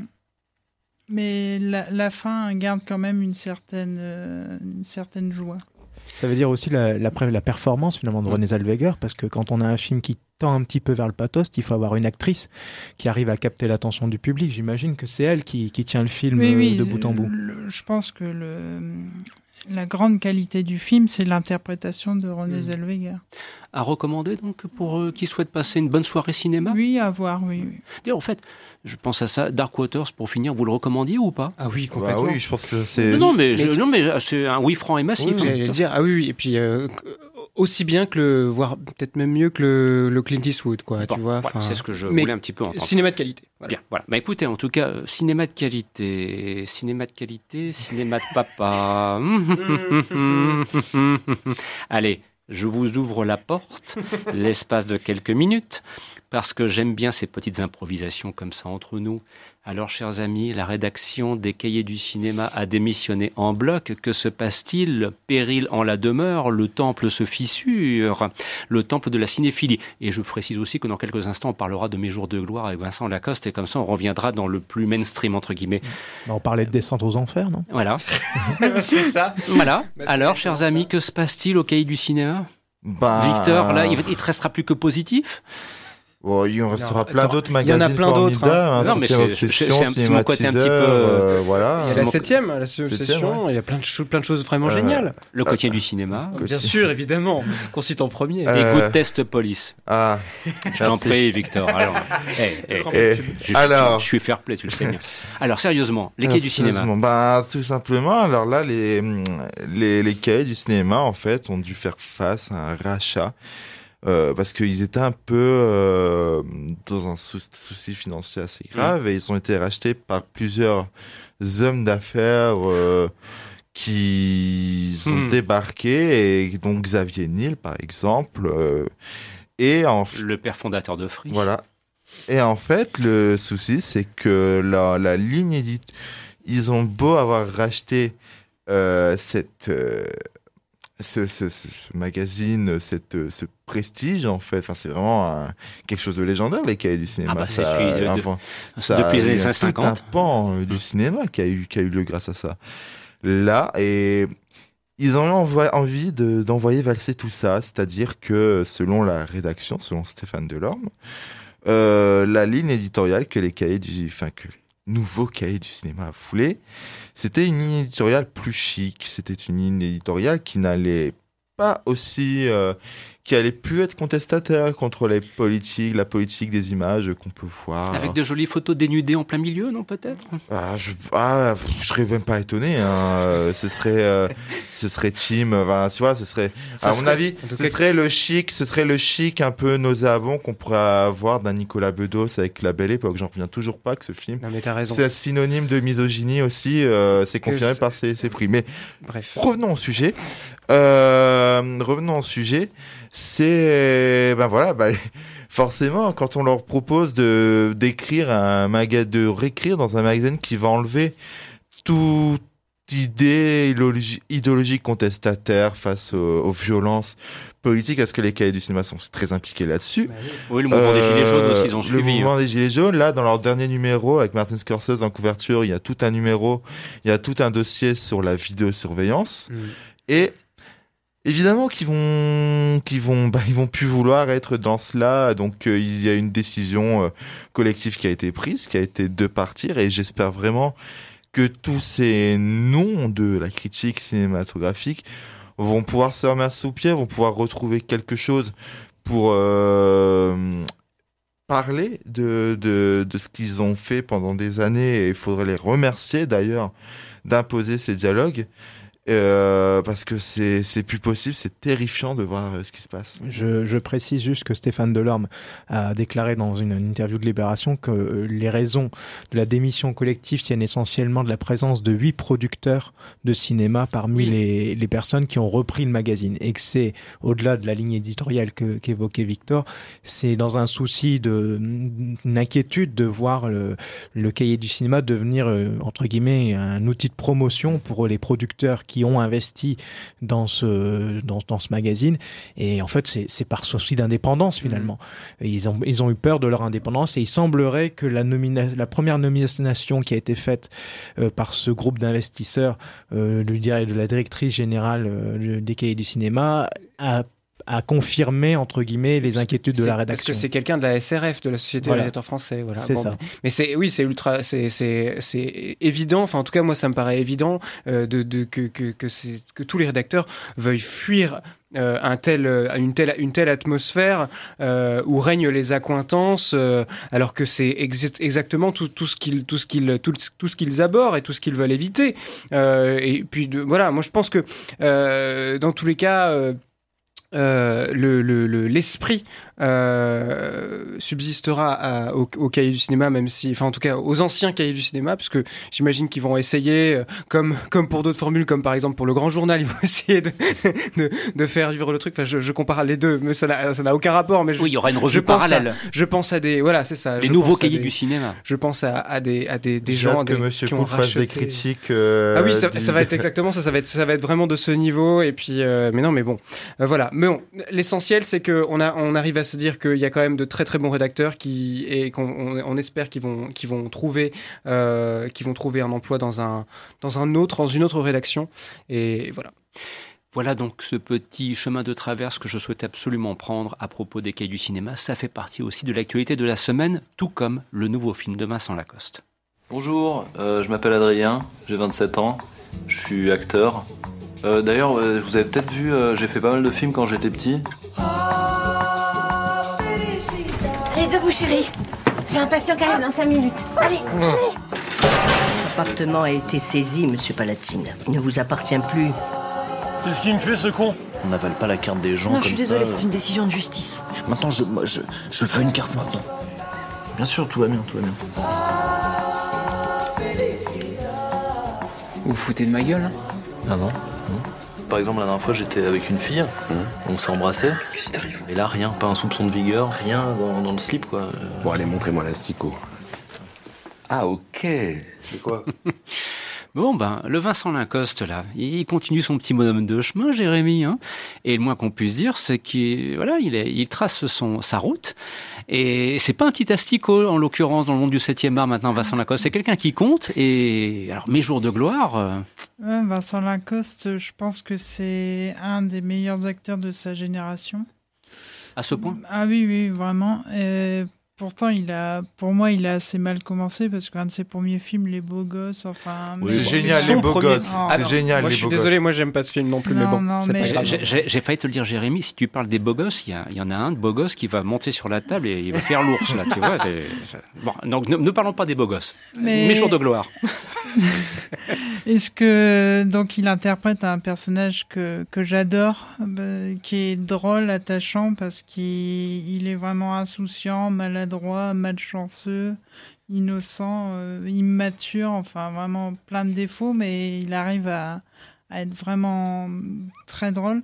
[SPEAKER 6] mais la, la fin garde quand même une certaine, euh, une certaine joie.
[SPEAKER 7] Ça veut dire aussi la, la, la performance finalement de Renée Zellweger, parce que quand on a un film qui tend un petit peu vers le pathos, il faut avoir une actrice qui arrive à capter l'attention du public. J'imagine que c'est elle qui, qui tient le film
[SPEAKER 6] oui, oui,
[SPEAKER 7] de bout en bout.
[SPEAKER 6] Le, je pense que le, la grande qualité du film, c'est l'interprétation de Renée mmh. Zellweger.
[SPEAKER 3] À recommander donc pour euh, qui souhaitent passer une bonne soirée cinéma ?
[SPEAKER 6] Oui, à voir, oui. oui.
[SPEAKER 3] D'ailleurs, en fait, je pense à ça. Dark Waters, pour finir, vous le recommandiez ou pas ?
[SPEAKER 5] Ah oui, complètement.
[SPEAKER 4] Bah oui, je pense que c'est...
[SPEAKER 3] Non, non mais, je, non, mais c'est un oui franc et massif.
[SPEAKER 5] Oui, j'allais dire, ah oui, oui. Et puis, euh, aussi bien que le... voire peut-être même mieux que le, le Clint Eastwood, quoi, bon, tu vois.
[SPEAKER 3] Voilà, c'est ce que je voulais un petit peu entendre.
[SPEAKER 5] Cinéma de qualité. Voilà.
[SPEAKER 3] Bien, voilà. Bah écoutez, en tout cas, euh, cinéma de qualité, cinéma de qualité, cinéma de papa. Allez, je vous ouvre la porte, l'espace de quelques minutes, parce que j'aime bien ces petites improvisations comme ça entre nous. Alors, chers amis, la rédaction des Cahiers du cinéma a démissionné en bloc. Que se passe-t-il ? Péril en la demeure, le temple se fissure, le temple de la cinéphilie. Et je précise aussi que dans quelques instants, on parlera de Mes jours de gloire avec Vincent Lacoste, et comme ça, on reviendra dans le plus mainstream, entre guillemets.
[SPEAKER 7] Bah, on parlait de descente aux enfers, non ?
[SPEAKER 3] Voilà.
[SPEAKER 5] C'est ça.
[SPEAKER 3] Voilà.
[SPEAKER 5] Bah,
[SPEAKER 3] alors, chers amis, ça. Que se passe-t-il au Cahiers du cinéma ? Bah... Victor, là, il ne te restera plus que positif ?
[SPEAKER 4] Bon, il en restera non, plein attends, d'autres magazines.
[SPEAKER 5] Il y en a plein d'autres. Hein.
[SPEAKER 4] Hein,
[SPEAKER 3] non, mais c'est, c'est, c'est, c'est mon côté un petit peu.
[SPEAKER 4] Euh, voilà.
[SPEAKER 5] Il y a la septième, la session. Ouais. Il y a plein de, cho- plein de choses vraiment euh, géniales.
[SPEAKER 3] Le quotidien euh, du cinéma.
[SPEAKER 5] Bien sûr, évidemment. Qu'on cite en premier.
[SPEAKER 3] Euh, Écoute, Test Police.
[SPEAKER 4] Ah.
[SPEAKER 3] Je t'en prie, Victor. Alors, hey, hey,
[SPEAKER 4] hey,
[SPEAKER 3] je,
[SPEAKER 4] alors,
[SPEAKER 3] je, je suis fair play, tu le sais bien. Alors, sérieusement, les cahiers du cinéma.
[SPEAKER 4] Bah, tout simplement. Alors là, les les les cahiers du cinéma, en fait, ont dû faire face à un rachat. Euh, parce qu'ils étaient un peu euh, dans un sou- souci financier assez grave mmh. et ils ont été rachetés par plusieurs hommes d'affaires euh, qui sont mmh. débarqués, et donc Xavier Niel par exemple euh, et en f-
[SPEAKER 3] le père fondateur de Free.
[SPEAKER 4] Voilà. Et en fait, le souci, c'est que la, la ligne édite, ils ont beau avoir racheté euh, cette, euh, ce, ce, ce, ce magazine, cette, ce prestige, en fait. Enfin, c'est vraiment un, quelque chose de légendaire, les Cahiers du cinéma.
[SPEAKER 3] Ah bah,
[SPEAKER 4] ça,
[SPEAKER 3] c'est de,
[SPEAKER 4] enfin,
[SPEAKER 3] de,
[SPEAKER 4] ça
[SPEAKER 3] depuis les années
[SPEAKER 4] cinquante. C'est un pan euh, du mmh. cinéma qui a, eu, qui a eu lieu grâce à ça. Là, et ils ont eu envo- envie de, d'envoyer valser tout ça, c'est-à-dire que, selon la rédaction, selon Stéphane Delorme, euh, la ligne éditoriale que les cahiers du, enfin, que les nouveaux cahiers du cinéma voulaient, c'était une ligne éditoriale plus chic, c'était une ligne éditoriale qui n'allait pas aussi, euh, qui allait plus être contestataire contre les politiques, la politique des images qu'on peut voir.
[SPEAKER 3] Avec de jolies photos dénudées en plein milieu, non, peut-être?
[SPEAKER 4] Ah, je, ah, je serais même pas étonné, hein. ce serait, euh, ce serait team, enfin, tu vois, ce serait, ça à serait, mon avis, ce cas... serait le chic, ce serait le chic un peu nauséabond qu'on pourrait avoir d'un Nicolas Bedos avec La Belle Époque. J'en reviens toujours pas que ce film.
[SPEAKER 5] Non, mais t'as raison.
[SPEAKER 4] C'est synonyme de misogynie aussi, euh, c'est confirmé c'est... par ses, ses prix. Mais,
[SPEAKER 5] bref.
[SPEAKER 4] Revenons au sujet. Euh, revenons au sujet. C'est, ben voilà, ben, forcément, quand on leur propose de, d'écrire un maga, de réécrire dans un magazine qui va enlever toute idée idéologie, idéologique contestataire face aux, aux violences politiques, parce que les cahiers du cinéma sont très impliqués là-dessus.
[SPEAKER 3] Bah oui. oui, le mouvement euh, des Gilets jaunes aussi, ils ont suivi.
[SPEAKER 4] Le mouvement des Gilets jaunes, là, dans leur dernier numéro, avec Martin Scorsese en couverture, il y a tout un numéro, il y a tout un dossier sur la vidéosurveillance. Mm. Et évidemment qu'ils vont, qu'ils vont, bah, ils vont plus vouloir être dans cela. Donc euh, il y a une décision euh, collective qui a été prise, qui a été de partir. Et j'espère vraiment que tous ces noms de la critique cinématographique vont pouvoir se remettre sous pied, vont pouvoir retrouver quelque chose pour euh, parler de, de, de ce qu'ils ont fait pendant des années. Et il faudrait les remercier d'ailleurs d'imposer ces dialogues. Euh, parce que c'est, c'est plus possible, c'est terrifiant de voir euh, ce qui se passe.
[SPEAKER 7] Je, je précise juste que Stéphane Delorme a déclaré dans une, une interview de Libération que euh, les raisons de la démission collective tiennent essentiellement de la présence de huit producteurs de cinéma parmi oui. les, les personnes qui ont repris le magazine, et que c'est, au-delà de la ligne éditoriale que, qu'évoquait Victor, c'est dans un souci de, une inquiétude de voir le, le cahier du cinéma devenir, euh, entre guillemets, un outil de promotion pour les producteurs qui ont investi dans ce dans, dans ce magazine, et en fait c'est c'est par souci d'indépendance finalement. Mmh. Ils ont ils ont eu peur de leur indépendance, et il semblerait que la nomina- la première nomination qui a été faite euh, par ce groupe d'investisseurs, euh, le de la directrice générale euh, des Cahiers du cinéma, a à confirmer, entre guillemets, les inquiétudes de
[SPEAKER 5] c'est,
[SPEAKER 7] la rédaction.
[SPEAKER 5] Parce que c'est quelqu'un de la S R F, de la Société
[SPEAKER 7] voilà.
[SPEAKER 5] des rédacteurs français. Voilà.
[SPEAKER 7] C'est
[SPEAKER 5] bon,
[SPEAKER 7] ça.
[SPEAKER 5] Mais, mais c'est, oui, c'est ultra, c'est, c'est, c'est évident. Enfin, en tout cas, moi, ça me paraît évident euh, de, de, que, que, que, c'est, que tous les rédacteurs veuillent fuir Euh, un tel, une, telle, une telle atmosphère euh, où règnent les accointances, euh, alors que c'est ex- exactement tout, tout, ce qu'ils, tout, ce qu'ils, tout, tout ce qu'ils abhorrent et tout ce qu'ils veulent éviter. Euh, et puis, de, voilà, moi je pense que euh, dans tous les cas, euh, Euh, le, le, le, l'esprit euh, subsistera à, au, au cahier du cinéma, même si, enfin en tout cas aux anciens cahiers du cinéma, parce que j'imagine qu'ils vont essayer, euh, comme comme pour d'autres formules, comme par exemple pour le Grand Journal, ils vont essayer de de, de faire vivre le truc. Enfin, je, je compare les deux, mais ça n'a ça n'a aucun rapport. Mais je,
[SPEAKER 3] oui, il y aura une revue parallèle.
[SPEAKER 5] À, je pense à des, voilà, c'est ça.
[SPEAKER 3] Les nouveaux cahiers des, du cinéma.
[SPEAKER 5] Je pense à, à des à des, des
[SPEAKER 4] gens
[SPEAKER 5] que
[SPEAKER 4] des, Monsieur
[SPEAKER 5] qui
[SPEAKER 4] Poul
[SPEAKER 5] ont racheté
[SPEAKER 4] des critiques. Euh,
[SPEAKER 5] ah oui, ça,
[SPEAKER 4] du...
[SPEAKER 5] ça va être exactement ça. Ça va être ça va être vraiment de ce niveau. Et puis, euh, mais non, mais bon, euh, voilà. Mais bon, l'essentiel L'essentiel, c'est qu'on a, on arrive à se dire qu'il y a quand même de très très bons rédacteurs qui, et qu'on on, on espère qu'ils vont, qu'ils vont trouver, euh, qu'ils vont trouver un emploi dans un, dans un autre, dans une autre rédaction. Et voilà.
[SPEAKER 3] Voilà donc ce petit chemin de traverse que je souhaite absolument prendre à propos des cahiers du cinéma. Ça fait partie aussi de l'actualité de la semaine, tout comme le nouveau film de Vincent Lacoste.
[SPEAKER 16] Bonjour, euh, je m'appelle Adrien, j'ai vingt-sept ans, je suis acteur. Euh, d'ailleurs, euh, vous avez peut-être vu, euh, j'ai fait pas mal de films quand j'étais petit.
[SPEAKER 12] Allez, debout, chérie. J'ai un patient qui arrive dans cinq minutes. Allez, mmh. allez.
[SPEAKER 17] L'appartement a été saisi, monsieur Palatine. Il ne vous appartient plus.
[SPEAKER 18] Qu'est-ce qu'il me fait, ce con?
[SPEAKER 19] On n'avale pas la carte des gens
[SPEAKER 20] non,
[SPEAKER 19] comme ça.
[SPEAKER 20] Non, je suis désolée, c'est une décision de justice.
[SPEAKER 19] Maintenant, je, moi, je, je veux une carte maintenant. Bien sûr, tout va bien, tout va bien.
[SPEAKER 21] Vous vous foutez de ma gueule, hein?
[SPEAKER 19] Ah non, non.
[SPEAKER 16] Par exemple, la dernière fois, j'étais avec une fille, mmh. on s'est embrassé.
[SPEAKER 19] Qu'est-ce qui t'arrive ?
[SPEAKER 16] Et là, rien, pas un soupçon de vigueur, rien dans, dans le slip, quoi.
[SPEAKER 19] Bon, allez, montrez-moi l'asticot. Ah, ok.
[SPEAKER 16] C'est quoi ?
[SPEAKER 3] Bon, ben, le Vincent Lacoste, là, il continue son petit bonhomme de chemin, Jérémy, hein. Et le moins qu'on puisse dire, c'est qu'il, voilà, il, est, il trace son, sa route. Et c'est pas un petit asticot, en l'occurrence, dans le monde du septième art, maintenant, Vincent Lacoste. C'est quelqu'un qui compte. Et, alors, Mes jours de gloire. Euh...
[SPEAKER 6] Ouais, Vincent Lacoste, je pense que c'est un des meilleurs acteurs de sa génération.
[SPEAKER 3] À ce point ?
[SPEAKER 6] Ah oui, oui, vraiment. Et pourtant, il a, pour moi, il a assez mal commencé parce qu'un de ses premiers films, Les Beaux Gosses, enfin...
[SPEAKER 4] Oui, c'est génial, Les Beaux Gosses.
[SPEAKER 5] Oh,
[SPEAKER 4] c'est
[SPEAKER 5] non.
[SPEAKER 4] génial,
[SPEAKER 5] moi,
[SPEAKER 4] Les
[SPEAKER 5] je suis
[SPEAKER 4] Beaux
[SPEAKER 5] désolé,
[SPEAKER 4] Gosses.
[SPEAKER 5] moi, j'aime pas ce film non plus,
[SPEAKER 6] non,
[SPEAKER 5] mais bon,
[SPEAKER 6] non,
[SPEAKER 5] c'est
[SPEAKER 6] mais...
[SPEAKER 5] pas grave.
[SPEAKER 3] J'ai, j'ai, j'ai failli te le dire, Jérémy, si tu parles des Beaux Gosses, il y, y en a un de Beaux Gosses qui va monter sur la table et il va faire l'ours, là, tu vois. Bon, donc, ne, ne parlons pas des Beaux Gosses.
[SPEAKER 6] Mais...
[SPEAKER 3] Mes jours de gloire.
[SPEAKER 6] Est-ce que donc il interprète un personnage que que j'adore, euh, qui est drôle, attachant parce qu'il il est vraiment insouciant, maladroit, malchanceux, innocent, euh, immature, enfin vraiment plein de défauts, mais il arrive à à être vraiment très drôle.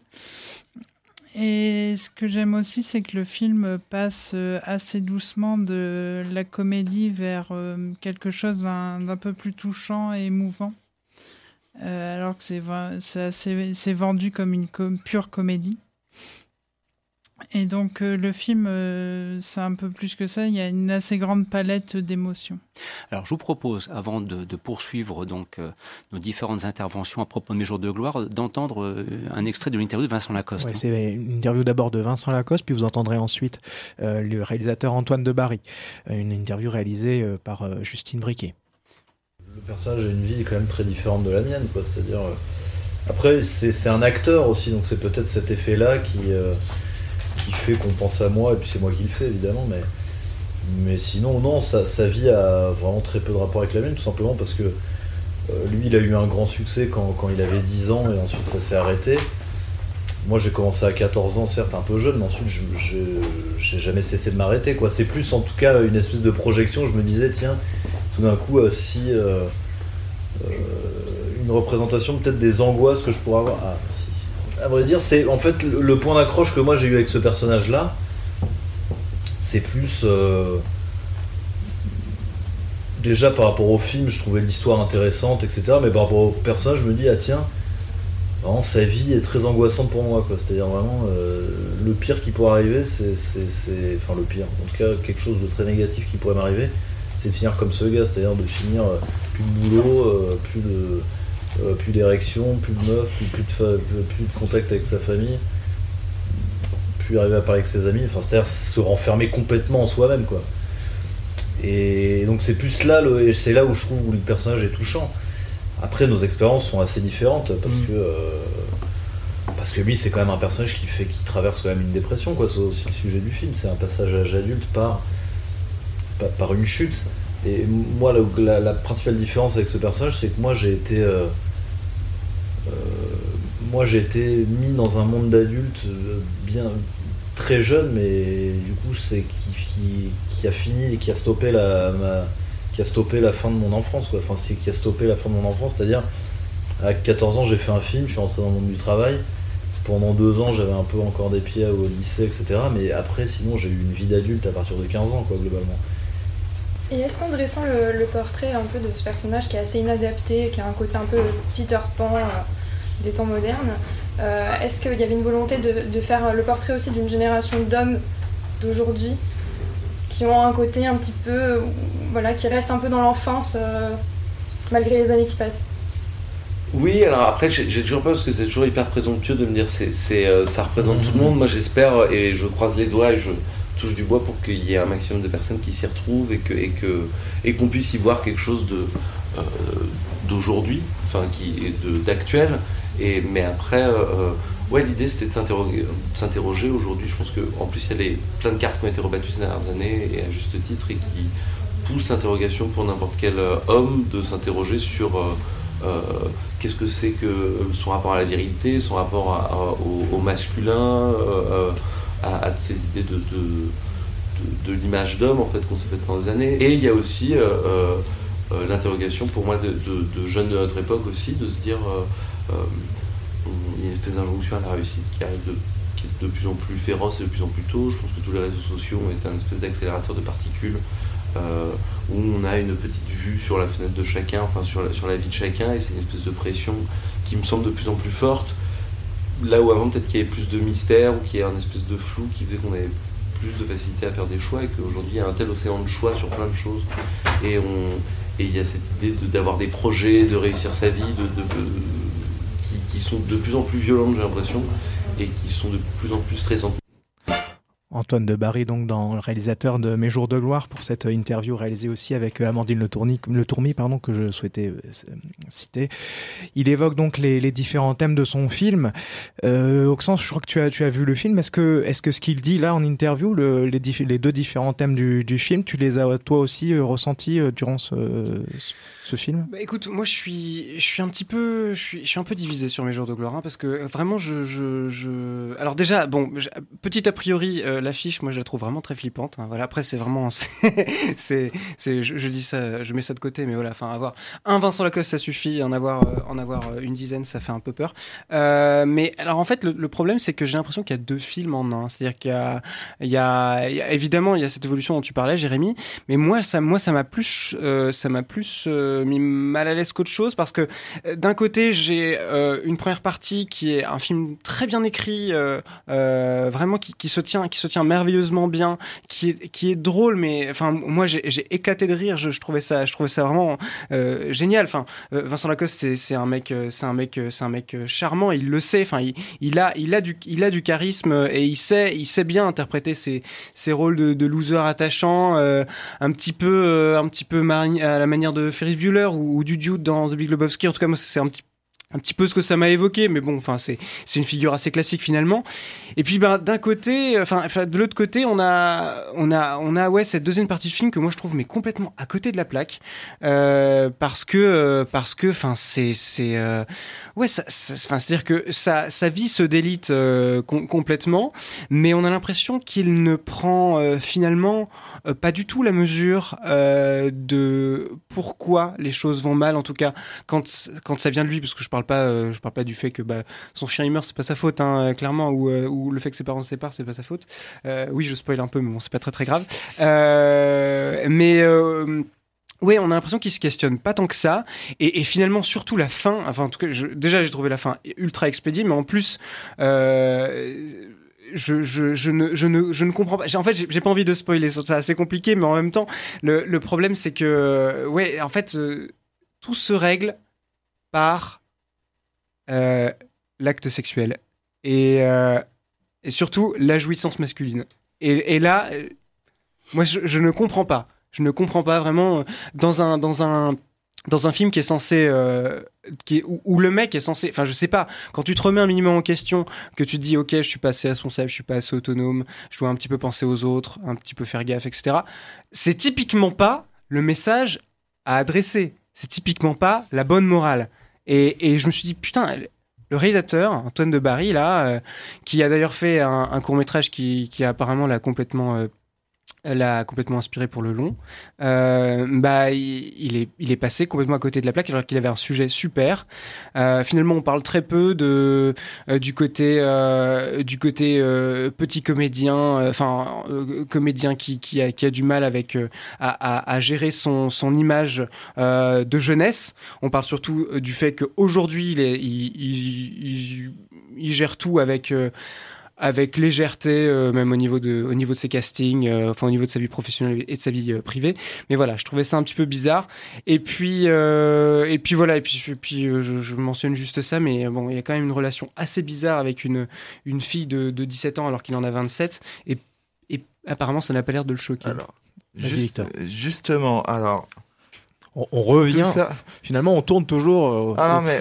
[SPEAKER 6] Et ce que j'aime aussi, c'est que le film passe assez doucement de la comédie vers quelque chose d'un, d'un peu plus touchant et émouvant. Euh, alors que c'est, c'est, assez, c'est vendu comme une com- pure comédie. Et donc euh, le film, euh, c'est un peu plus que ça. Il y a une assez grande palette d'émotions.
[SPEAKER 3] Alors je vous propose, avant de, de poursuivre donc euh, nos différentes interventions à propos de Mes jours de gloire, d'entendre euh, un extrait de l'interview de Vincent Lacoste.
[SPEAKER 7] Ouais, c'est une interview d'abord de Vincent Lacoste, puis vous entendrez ensuite euh, le réalisateur Antoine Debarry. Une interview réalisée euh, par euh, Justine Briquet.
[SPEAKER 21] Le personnage a une vie quand même très différente de la mienne, quoi. C'est-à-dire, euh... après c'est, c'est un acteur aussi, donc c'est peut-être cet effet-là qui euh... qui fait qu'on pense à moi, et puis c'est moi qui le fais évidemment, mais, mais sinon non, sa, sa vie a vraiment très peu de rapport avec la mienne, tout simplement parce que euh, lui il a eu un grand succès quand, quand il avait dix ans et ensuite ça s'est arrêté. Moi j'ai commencé à quatorze ans, certes un peu jeune, mais ensuite je, je, j'ai jamais cessé de m'arrêter, quoi. C'est plus en tout cas une espèce de projection, je me disais tiens, tout d'un coup euh, si euh, euh, une représentation peut-être des angoisses que je pourrais avoir, ah si. À vrai dire, c'est en fait le, le point d'accroche que moi j'ai eu avec ce personnage-là, c'est plus euh, déjà par rapport au film, je trouvais l'histoire intéressante, et cetera. Mais par rapport au personnage, je me dis ah tiens, vraiment sa vie est très angoissante pour moi, quoi. C'est-à-dire vraiment euh, le pire qui pourrait arriver, c'est, c'est, c'est, enfin le pire, en tout cas quelque chose de très négatif qui pourrait m'arriver, c'est de finir comme ce gars, c'est-à-dire de finir euh, plus de boulot, euh, plus de Euh, plus d'érection, plus de meuf, plus, plus, de fa- plus de contact avec sa famille, plus arriver à parler avec ses amis, enfin c'est-à-dire se renfermer complètement en soi-même, quoi. Et donc c'est plus là, le, c'est là où je trouve où le personnage est touchant. Après nos expériences sont assez différentes parce mmh. que euh, parce que lui c'est quand même un personnage qui fait qui traverse quand même une dépression, quoi. C'est aussi le sujet du film, c'est un passage à l'âge adulte par, par par une chute. Et moi, la, la, la principale différence avec ce personnage, c'est que moi, j'ai été, euh, euh, moi, j'ai été mis dans un monde d'adultes bien très jeune, mais du coup, c'est qui, qui, qui a fini et qui a stoppé la, ma, qui a stoppé la fin de mon enfance, quoi. Enfin, c'est qui a stoppé la fin de mon enfance, c'est-à-dire à quatorze ans, j'ai fait un film, je suis rentré dans le monde du travail. Pendant deux ans, j'avais un peu encore des pieds au lycée, et cetera. Mais après, sinon, j'ai eu une vie d'adulte à partir de quinze ans, quoi, globalement.
[SPEAKER 22] Et est-ce qu'en dressant le, le portrait un peu de ce personnage qui est assez inadapté, qui a un côté un peu Peter Pan euh, des temps modernes, euh, est-ce qu'il y avait une volonté de, de faire le portrait aussi d'une génération d'hommes d'aujourd'hui qui ont un côté un petit peu, euh, voilà, qui restent un peu dans l'enfance euh, malgré les années qui passent?
[SPEAKER 23] Oui, alors après j'ai, j'ai toujours peur parce que c'est toujours hyper présomptueux de me dire c'est, c'est, euh, ça représente mmh. tout le monde. Moi j'espère et je croise les doigts et je touche du bois pour qu'il y ait un maximum de personnes qui s'y retrouvent et, que, et, que, et qu'on puisse y voir quelque chose de, euh, d'aujourd'hui, enfin qui, de, d'actuel. Et, mais après, euh, ouais, l'idée c'était de s'interroger, de s'interroger aujourd'hui. Je pense qu'en plus il y a les, plein de cartes qui ont été rebattues ces dernières années et à juste titre et qui poussent l'interrogation pour n'importe quel homme de s'interroger sur euh, euh, qu'est-ce que c'est que son rapport à la virilité, son rapport à, à, au, au masculin, euh, à, à ces idées de, de, de, de l'image d'homme en fait qu'on s'est fait pendant des années. Et il y a aussi euh, euh, l'interrogation pour moi de, de, de jeunes de notre époque aussi, de se dire euh, euh, il y a une espèce d'injonction à la réussite qui arrive de, qui est de plus en plus féroce et de plus en plus tôt. Je pense que tous les réseaux sociaux ont été un espèce d'accélérateur de particules euh, où on a une petite vue sur la fenêtre de chacun, enfin sur la, sur la vie de chacun, et c'est une espèce de pression qui me semble de plus en plus forte. Là où avant peut-être qu'il y avait plus de mystère ou qu'il y avait un espèce de flou qui faisait qu'on avait plus de facilité à faire des choix, et qu'aujourd'hui il y a un tel océan de choix sur plein de choses, et on et il y a cette idée de, d'avoir des projets, de réussir sa vie, de, de, de, qui, qui sont de plus en plus violentes, j'ai l'impression, et qui sont de plus en plus stressantes.
[SPEAKER 7] Antoine de Barry, donc, dans le réalisateur de Mes jours de gloire, pour cette interview réalisée aussi avec Amandine Le Tourny, Le Tourmy, pardon, que je souhaitais euh, citer. Il évoque donc les, les différents thèmes de son film. Euh, Oxens, je crois que tu as, tu as vu le film. Est-ce que, est-ce que ce qu'il dit là en interview, le, les, dif- les deux différents thèmes du, du film, tu les as toi aussi euh, ressentis euh, durant ce, ce film ?
[SPEAKER 5] Bah, écoute, moi je suis, je suis un petit peu, je suis, je suis un peu divisé sur Mes jours de gloire, hein, parce que vraiment, je, je, je... alors déjà, bon, petit a priori. Euh, L'affiche, moi, je la trouve vraiment très flippante. Hein. Voilà. Après, c'est vraiment, c'est, c'est, c'est je, je dis ça, je mets ça de côté, mais voilà. Enfin, avoir un Vincent Lacoste, ça suffit. En avoir, euh, en avoir une dizaine, ça fait un peu peur. Euh, mais alors, en fait, le, le problème, c'est que j'ai l'impression qu'il y a deux films en un. C'est-à-dire qu'il y a, il y a, il y a évidemment, il y a cette évolution dont tu parlais, Jérémy. Mais moi, ça, moi, ça m'a plus, euh, ça m'a plus euh, mis mal à l'aise qu'autre chose, parce que euh, d'un côté, j'ai euh, une première partie qui est un film très bien écrit, euh, euh, vraiment qui, qui se tient, qui se tient merveilleusement bien, qui est qui est drôle, mais enfin moi j'ai, j'ai éclaté de rire. Je, je trouvais ça, je trouvais ça vraiment euh, génial. Enfin euh, Vincent Lacoste c'est c'est un mec, c'est un mec, c'est un mec charmant. Il le sait. Enfin il il a il a du il a du charisme et il sait il sait bien interpréter ses ses rôles de, de loser attachant, euh, un petit peu euh, un petit peu mari- à la manière de Ferris Bueller ou, ou du Dude dans The Big Lebowski. En tout cas moi c'est un petit un petit peu ce que ça m'a évoqué, mais bon, enfin, c'est c'est une figure assez classique finalement. Et puis, ben, d'un côté, enfin, de l'autre côté, on a, on a, on a, ouais, cette deuxième partie du film que moi je trouve mais complètement à côté de la plaque, euh, parce que, euh, parce que, enfin, c'est, c'est, euh, ouais, ça, enfin, c'est-à-dire que sa, sa vie se délite euh, com- complètement, mais on a l'impression qu'il ne prend euh, finalement euh, pas du tout la mesure euh, de pourquoi les choses vont mal, en tout cas quand quand ça vient de lui, parce que je parle pas, euh, je parle pas du fait que bah, son chien il meurt, c'est pas sa faute, hein, clairement, ou, euh, ou le fait que ses parents se séparent, c'est pas sa faute. Euh, oui, je spoil un peu, mais bon, c'est pas très très grave. Euh, mais euh, ouais, on a l'impression qu'il se questionne pas tant que ça, et, et finalement surtout la fin. Enfin, en tout cas, je, déjà j'ai trouvé la fin ultra expédiée, mais en plus. Euh, Je, je, je, ne, je, ne, je ne comprends pas. J'ai, en fait, j'ai, j'ai pas envie de spoiler. C'est assez compliqué, mais en même temps, le, le problème, c'est que, ouais, en fait, euh, tout se règle par euh, l'acte sexuel et, euh, et surtout la jouissance masculine. Et, et là, euh, moi, je, je ne comprends pas. Je ne comprends pas vraiment euh, dans un dans un dans un film qui est censé euh, qui est, où, où le mec est censé, enfin je sais pas, quand tu te remets un minimum en question, que tu te dis ok, je suis pas assez responsable, je suis pas assez autonome, je dois un petit peu penser aux autres, un petit peu faire gaffe, et cetera. C'est typiquement pas le message à adresser. C'est typiquement pas la bonne morale. Et, et je me suis dit putain, le réalisateur Antoine de Barry là, euh, qui a d'ailleurs fait un, un court métrage qui, qui apparemment l'a complètement euh, l'a complètement inspiré pour le long, euh, bah il, il est il est passé complètement à côté de la plaque alors qu'il avait un sujet super. Euh, finalement, on parle très peu de euh, du côté euh, du côté euh, petit comédien, enfin euh, comédien qui qui a qui a du mal avec euh, à, à à gérer son son image euh, de jeunesse. On parle surtout du fait qu'aujourd'hui il est il il, il, il gère tout avec euh, avec légèreté, euh, même au niveau de au niveau de ses castings, euh, enfin au niveau de sa vie professionnelle et de sa vie euh, privée. Mais voilà, je trouvais ça un petit peu bizarre. Et puis euh, et puis voilà, et puis et puis euh, je, je mentionne juste ça, mais bon, il y a quand même une relation assez bizarre avec une une fille de de dix-sept ans alors qu'il en a vingt-sept, et et apparemment ça n'a pas l'air de le choquer.
[SPEAKER 4] Alors juste, justement, alors.
[SPEAKER 7] On, on revient. Finalement, on tourne toujours. Euh,
[SPEAKER 4] ah non mais.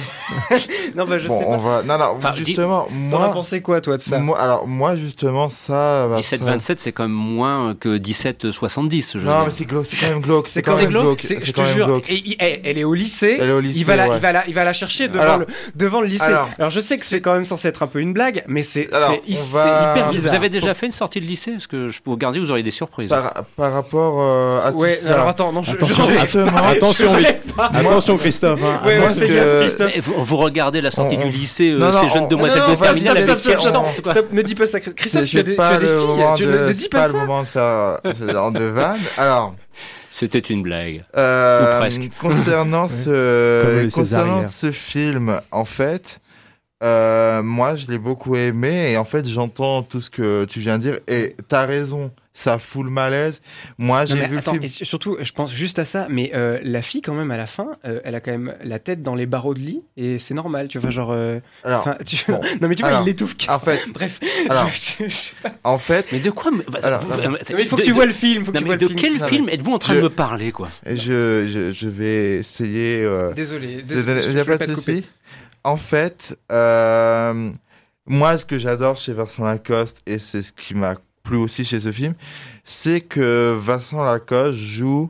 [SPEAKER 5] non bah je
[SPEAKER 4] bon,
[SPEAKER 5] sais
[SPEAKER 4] on
[SPEAKER 5] pas.
[SPEAKER 4] va. Non non.
[SPEAKER 3] Enfin,
[SPEAKER 4] justement,
[SPEAKER 3] dis...
[SPEAKER 4] moi.
[SPEAKER 5] T'en as pensé quoi toi de ça?
[SPEAKER 4] Moi, alors moi justement ça. Bah,
[SPEAKER 3] dix-sept vingt-sept, c'est quand même moins que dix-sept soixante-dix. Je
[SPEAKER 4] non mais c'est glauque, c'est quand même glauque.
[SPEAKER 5] C'est quand même glauque. C'est, je te jure. Et, et, elle est au lycée.
[SPEAKER 4] Elle est au lycée.
[SPEAKER 5] Il va la,
[SPEAKER 4] ouais.
[SPEAKER 5] il va la, il va la chercher devant alors, le, devant le lycée. Alors, alors je sais que c'est quand même censé être un peu une blague, mais c'est,
[SPEAKER 4] alors,
[SPEAKER 5] c'est, c'est
[SPEAKER 4] va...
[SPEAKER 5] hyper bizarre.
[SPEAKER 3] Vous avez déjà fait une sortie de lycée? Parce que je peux vous garder, vous auriez des surprises.
[SPEAKER 4] Par, par rapport euh, à
[SPEAKER 5] ouais,
[SPEAKER 4] tout ça.
[SPEAKER 5] alors attends, non, je,
[SPEAKER 4] attends,
[SPEAKER 5] je,
[SPEAKER 4] je,
[SPEAKER 5] je,
[SPEAKER 4] justement, justement,
[SPEAKER 7] attention, attention Christophe. Hein.
[SPEAKER 5] Ouais,
[SPEAKER 7] Attends,
[SPEAKER 5] ouais,
[SPEAKER 7] que...
[SPEAKER 5] Christophe.
[SPEAKER 3] Vous, vous regardez la sortie
[SPEAKER 4] On-
[SPEAKER 3] du lycée, euh,
[SPEAKER 4] Non, non,
[SPEAKER 3] ces jeunes
[SPEAKER 4] on-
[SPEAKER 3] demoiselles
[SPEAKER 5] Non, non,
[SPEAKER 3] de terminale
[SPEAKER 5] stop,
[SPEAKER 3] avec
[SPEAKER 5] stop,
[SPEAKER 3] qui
[SPEAKER 5] stop,
[SPEAKER 3] ressortent,
[SPEAKER 5] stop,
[SPEAKER 3] quoi.
[SPEAKER 5] stop, ne dis pas ça. Christophe, tu as
[SPEAKER 4] c'est
[SPEAKER 5] des, tu
[SPEAKER 4] pas
[SPEAKER 5] as des
[SPEAKER 4] le
[SPEAKER 5] filles,
[SPEAKER 4] moment
[SPEAKER 5] tu
[SPEAKER 4] de-
[SPEAKER 5] ne, ne dis
[SPEAKER 4] c'est
[SPEAKER 5] pas
[SPEAKER 4] pas
[SPEAKER 5] ça.
[SPEAKER 4] le moment de faire ce genre de vanne. Alors,
[SPEAKER 3] C'était une blague.
[SPEAKER 4] euh,
[SPEAKER 3] Ou presque.
[SPEAKER 4] concernant
[SPEAKER 7] Comme
[SPEAKER 4] ce,
[SPEAKER 7] les
[SPEAKER 4] concernant
[SPEAKER 7] Césarières.
[SPEAKER 4] ce film, en fait, euh, moi, je l'ai beaucoup aimé et en fait, j'entends tout ce que tu viens de dire et t'as raison. Ça fout le malaise. Moi,
[SPEAKER 5] Non,
[SPEAKER 4] j'ai
[SPEAKER 5] mais
[SPEAKER 4] vu
[SPEAKER 5] attends,
[SPEAKER 4] le film.
[SPEAKER 5] et surtout, je pense juste à ça, mais euh, la fille, quand même, à la fin, euh, elle a quand même la tête dans les barreaux de lit, et c'est normal, tu vois, genre... euh,
[SPEAKER 4] Alors,
[SPEAKER 5] enfin, tu-
[SPEAKER 4] bon,
[SPEAKER 5] non, mais tu vois,
[SPEAKER 4] alors,
[SPEAKER 5] il l'étouffe.
[SPEAKER 4] en fait,
[SPEAKER 5] Bref.
[SPEAKER 4] alors,
[SPEAKER 5] Je- je sais pas.
[SPEAKER 4] en fait,
[SPEAKER 3] Mais de quoi me-
[SPEAKER 4] Alors,
[SPEAKER 3] vous-
[SPEAKER 4] non,
[SPEAKER 3] vous-
[SPEAKER 5] mais il faut que
[SPEAKER 3] de-
[SPEAKER 5] tu
[SPEAKER 3] de-
[SPEAKER 5] vois le film, faut que
[SPEAKER 3] Non,
[SPEAKER 5] tu
[SPEAKER 3] mais
[SPEAKER 5] vois
[SPEAKER 3] de
[SPEAKER 5] le
[SPEAKER 3] quel
[SPEAKER 5] film.
[SPEAKER 3] film êtes-vous en train
[SPEAKER 4] Je-
[SPEAKER 3] de me parler, quoi?
[SPEAKER 4] je, je, je vais essayer. Euh,
[SPEAKER 5] Désolé,
[SPEAKER 4] Il
[SPEAKER 5] désolé, je
[SPEAKER 4] n'y a
[SPEAKER 5] voulais
[SPEAKER 4] pas de
[SPEAKER 5] te couper.
[SPEAKER 4] souci. En fait, euh, moi, ce que j'adore chez Vincent Lacoste, et c'est ce qui m'a plu aussi chez ce film, c'est que Vincent Lacoste joue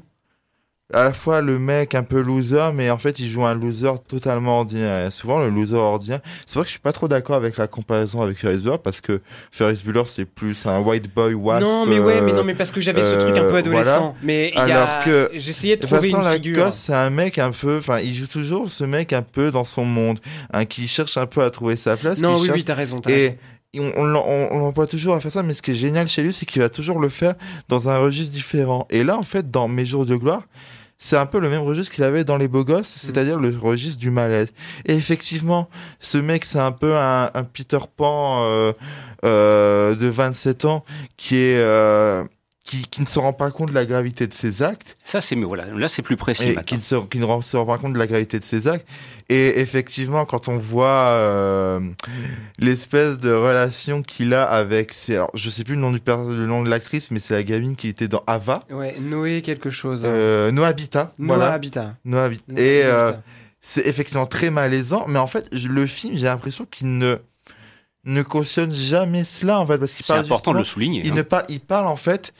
[SPEAKER 4] à la fois le mec un peu loser, mais en fait, il joue un loser totalement ordinaire. Et souvent, le loser ordinaire, c'est vrai que je suis pas trop d'accord avec la comparaison avec Ferris Bueller, parce que Ferris Bueller, c'est plus un white boy wasp.
[SPEAKER 5] Non, mais ouais,
[SPEAKER 4] euh,
[SPEAKER 5] mais non, mais parce que j'avais ce truc un peu
[SPEAKER 4] euh,
[SPEAKER 5] adolescent.
[SPEAKER 4] voilà.
[SPEAKER 5] Mais il y
[SPEAKER 4] Alors
[SPEAKER 5] a...
[SPEAKER 4] que
[SPEAKER 5] j'essayais de trouver
[SPEAKER 4] Vincent
[SPEAKER 5] une figure.
[SPEAKER 4] Lacoste, c'est un mec un peu, enfin, il joue toujours ce mec un peu dans son monde, hein, qui cherche un peu à trouver sa place.
[SPEAKER 5] Non,
[SPEAKER 4] qui
[SPEAKER 5] oui,
[SPEAKER 4] cherche-
[SPEAKER 5] oui, t'as raison, t'as
[SPEAKER 4] Et
[SPEAKER 5] raison.
[SPEAKER 4] et on, on, l'en- on, on l'emploie toujours à faire ça, mais ce qui est génial chez lui, c'est qu'il va toujours le faire dans un registre différent. Et là, en fait, dans Mes jours de gloire, c'est un peu le même registre qu'il avait dans Les Beaux Gosses, c'est-à-dire le registre du malaise. Et effectivement, ce mec, c'est un peu un, un Peter Pan euh, euh, de vingt-sept ans qui est... euh, qui, qui ne se rend pas compte de la gravité de ses actes.
[SPEAKER 3] Ça, c'est, mais voilà, là, c'est plus précis.
[SPEAKER 4] Et
[SPEAKER 3] maintenant.
[SPEAKER 4] qui ne, se, qui ne rend- se rend pas compte de la gravité de ses actes. Et effectivement, quand on voit euh, l'espèce de relation qu'il a avec... Ses, alors, je sais plus le nom, du per- le nom de l'actrice, mais c'est la gamine qui était dans Ava.
[SPEAKER 5] Ouais, Noé quelque chose.
[SPEAKER 4] Euh, Noah Habitat.
[SPEAKER 5] Noah
[SPEAKER 4] voilà.
[SPEAKER 5] Habitat.
[SPEAKER 4] Noah Habitat.
[SPEAKER 5] Noah
[SPEAKER 4] Et
[SPEAKER 5] Habitat.
[SPEAKER 4] euh, c'est effectivement très malaisant, mais en fait, je- le film, j'ai l'impression qu'il ne ne cautionne jamais cela, en fait, parce qu'il
[SPEAKER 3] C'est
[SPEAKER 4] parle
[SPEAKER 3] important de le
[SPEAKER 4] justement-
[SPEAKER 3] souligner,
[SPEAKER 4] Il
[SPEAKER 3] hein.
[SPEAKER 4] ne parle, il parle en fait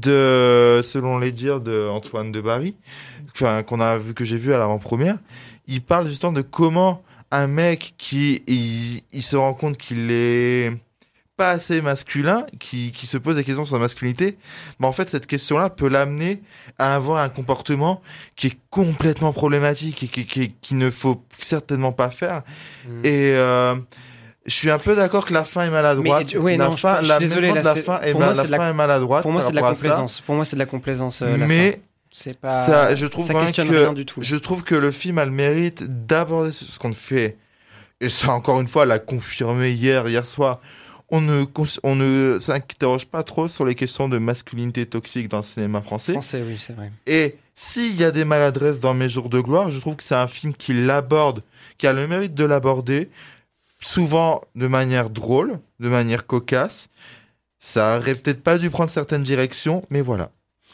[SPEAKER 4] de, selon les dires de Antoine de Barry, enfin qu'on a vu, que j'ai vu à l'avant-première, il parle justement de comment un mec qui il, il se rend compte qu'il est pas assez masculin, qui, qui se pose des questions sur sa masculinité, mais en fait cette question-là peut l'amener à avoir un comportement qui est complètement problématique et qui, qui, qui ne faut certainement pas faire.
[SPEAKER 5] Mm.
[SPEAKER 4] Et euh, je suis un peu d'accord que la fin est maladroite.
[SPEAKER 5] Mais tu- ouais,
[SPEAKER 4] la
[SPEAKER 5] non, je-
[SPEAKER 4] fin,
[SPEAKER 5] je suis
[SPEAKER 4] la
[SPEAKER 5] désolé,
[SPEAKER 4] de
[SPEAKER 5] là,
[SPEAKER 4] la
[SPEAKER 5] c'est-
[SPEAKER 4] fin est,
[SPEAKER 5] pour
[SPEAKER 4] ma-
[SPEAKER 5] moi,
[SPEAKER 4] la
[SPEAKER 5] c'est de la-
[SPEAKER 4] fin est maladroite.
[SPEAKER 5] Pour moi,
[SPEAKER 4] par
[SPEAKER 5] c'est de la
[SPEAKER 4] rapport à ça.
[SPEAKER 5] complaisance. Pour moi, c'est de la complaisance. euh, la
[SPEAKER 4] Mais
[SPEAKER 5] fin. C'est pas.
[SPEAKER 4] ça, je trouve
[SPEAKER 5] ça
[SPEAKER 4] quand même
[SPEAKER 5] questionne
[SPEAKER 4] que
[SPEAKER 5] rien du tout.
[SPEAKER 4] je trouve que le film a le mérite d'aborder ce ce qu'on fait. Et ça, encore une fois, l'a confirmé hier, hier soir. On ne, cons- on ne s'interroge pas trop sur les questions de masculinité toxique dans le cinéma français.
[SPEAKER 5] Français, oui, c'est vrai.
[SPEAKER 4] Et s'il y a des maladresses dans Mes jours de gloire, je trouve que c'est un film qui l'aborde, qui a le mérite de l'aborder, souvent de manière drôle, de manière cocasse. Ça aurait peut-être pas dû prendre certaines directions, mais voilà.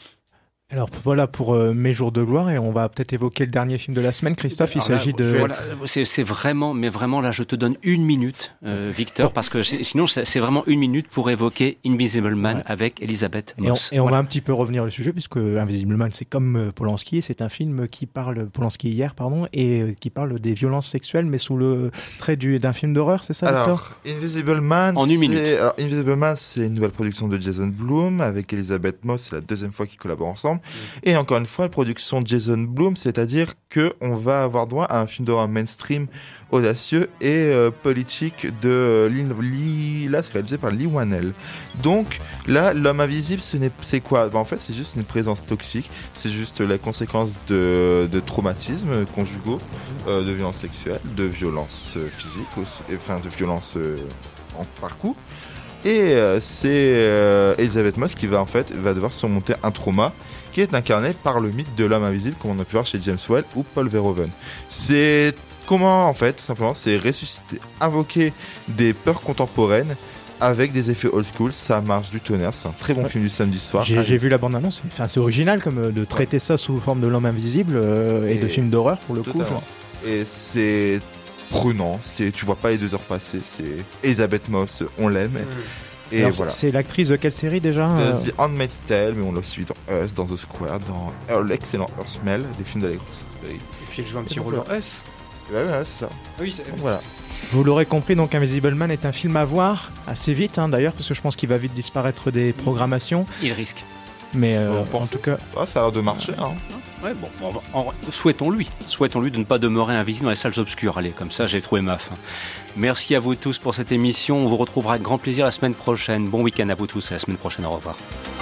[SPEAKER 7] Alors voilà pour euh, Mes jours de gloire, et on va peut-être évoquer le dernier film de la semaine. Christophe, il
[SPEAKER 3] Alors là,
[SPEAKER 7] s'agit de...
[SPEAKER 3] voilà, c'est, c'est vraiment, mais vraiment là, je te donne une minute, euh, Victor, parce que c'est- sinon c'est c'est vraiment une minute pour évoquer Invisible Man
[SPEAKER 7] Ouais.
[SPEAKER 3] avec Elisabeth
[SPEAKER 7] Et on,
[SPEAKER 3] Moss.
[SPEAKER 7] et on
[SPEAKER 3] Voilà.
[SPEAKER 7] va un petit peu revenir au sujet, puisque Invisible Man, c'est comme euh, Polanski, c'est un film qui parle, Polanski hier, pardon, et euh, qui parle des violences sexuelles, mais sous le trait du, d'un film d'horreur, c'est ça,
[SPEAKER 4] Alors,
[SPEAKER 7] Victor?
[SPEAKER 4] Invisible Man,
[SPEAKER 3] En une
[SPEAKER 4] c'est-
[SPEAKER 3] minute.
[SPEAKER 4] alors, Invisible Man, c'est une nouvelle production de Jason Blum avec Elisabeth Moss. C'est la deuxième fois qu'ils collaborent ensemble. Et encore une fois, production de Jason Blum, c'est-à-dire que on va avoir droit à un film d'horreur mainstream, audacieux et euh, politique de euh, Lee, Lee- là, c'est réalisé par Lee Whannell. Donc là, l'homme invisible, ce n'est, c'est quoi? Ben, en fait, c'est juste une présence toxique. C'est juste la conséquence de, de traumatismes conjugaux, euh, de violences sexuelles, de violences euh, physiques, aussi, et, enfin de violences euh, en parcours. Et euh, c'est euh, Elisabeth Moss qui va en fait va devoir surmonter un trauma qui est incarné par le mythe de l'homme invisible, comme on a pu voir chez James Whale ou Paul Verhoeven. C'est comment en fait, tout simplement, c'est ressusciter, invoquer des peurs contemporaines avec des effets old school. Ça marche du tonnerre. C'est un très bon
[SPEAKER 7] Ouais.
[SPEAKER 4] film du samedi soir.
[SPEAKER 7] J'ai,
[SPEAKER 4] Allez.
[SPEAKER 7] j'ai vu la bande-annonce, enfin, c'est original comme euh, de traiter ça sous forme de l'homme invisible euh, et,
[SPEAKER 4] Et
[SPEAKER 7] de film d'horreur pour le coup.
[SPEAKER 4] Totalement.
[SPEAKER 7] genre.
[SPEAKER 4] Et c'est prenant. C'est, tu vois pas les deux heures passer. C'est Elisabeth Moss, on l'aime. Et
[SPEAKER 7] Alors,
[SPEAKER 4] voilà.
[SPEAKER 7] c'est, c'est l'actrice de quelle série déjà
[SPEAKER 4] De
[SPEAKER 7] euh
[SPEAKER 4] The Handmaid's Tale, mais on l'a suivi dans Us, dans The Square, dans euh, l'excellent Earthmell, des films d'Allegro.
[SPEAKER 5] Et puis elle joue un petit rôle dans Us.
[SPEAKER 4] Ouais, ouais, c'est ça.
[SPEAKER 5] Oui, c'est...
[SPEAKER 4] Donc, voilà.
[SPEAKER 7] Vous l'aurez compris, donc Invisible Man est un film à voir assez vite, hein, d'ailleurs, parce que je pense qu'il va vite disparaître des programmations.
[SPEAKER 3] Il risque.
[SPEAKER 7] Mais euh,
[SPEAKER 4] On
[SPEAKER 7] en
[SPEAKER 4] pense-
[SPEAKER 7] tout cas,
[SPEAKER 4] Ah, ça a l'air de marcher. Hein.
[SPEAKER 3] Ouais, bon, en, en, souhaitons-lui, souhaitons-lui de ne pas demeurer invisible dans les salles obscures. Allez, comme ça, j'ai trouvé ma fin. Merci à vous tous pour cette émission. On vous retrouvera avec grand plaisir la semaine prochaine. Bon week-end à vous tous et à la semaine prochaine. Au revoir.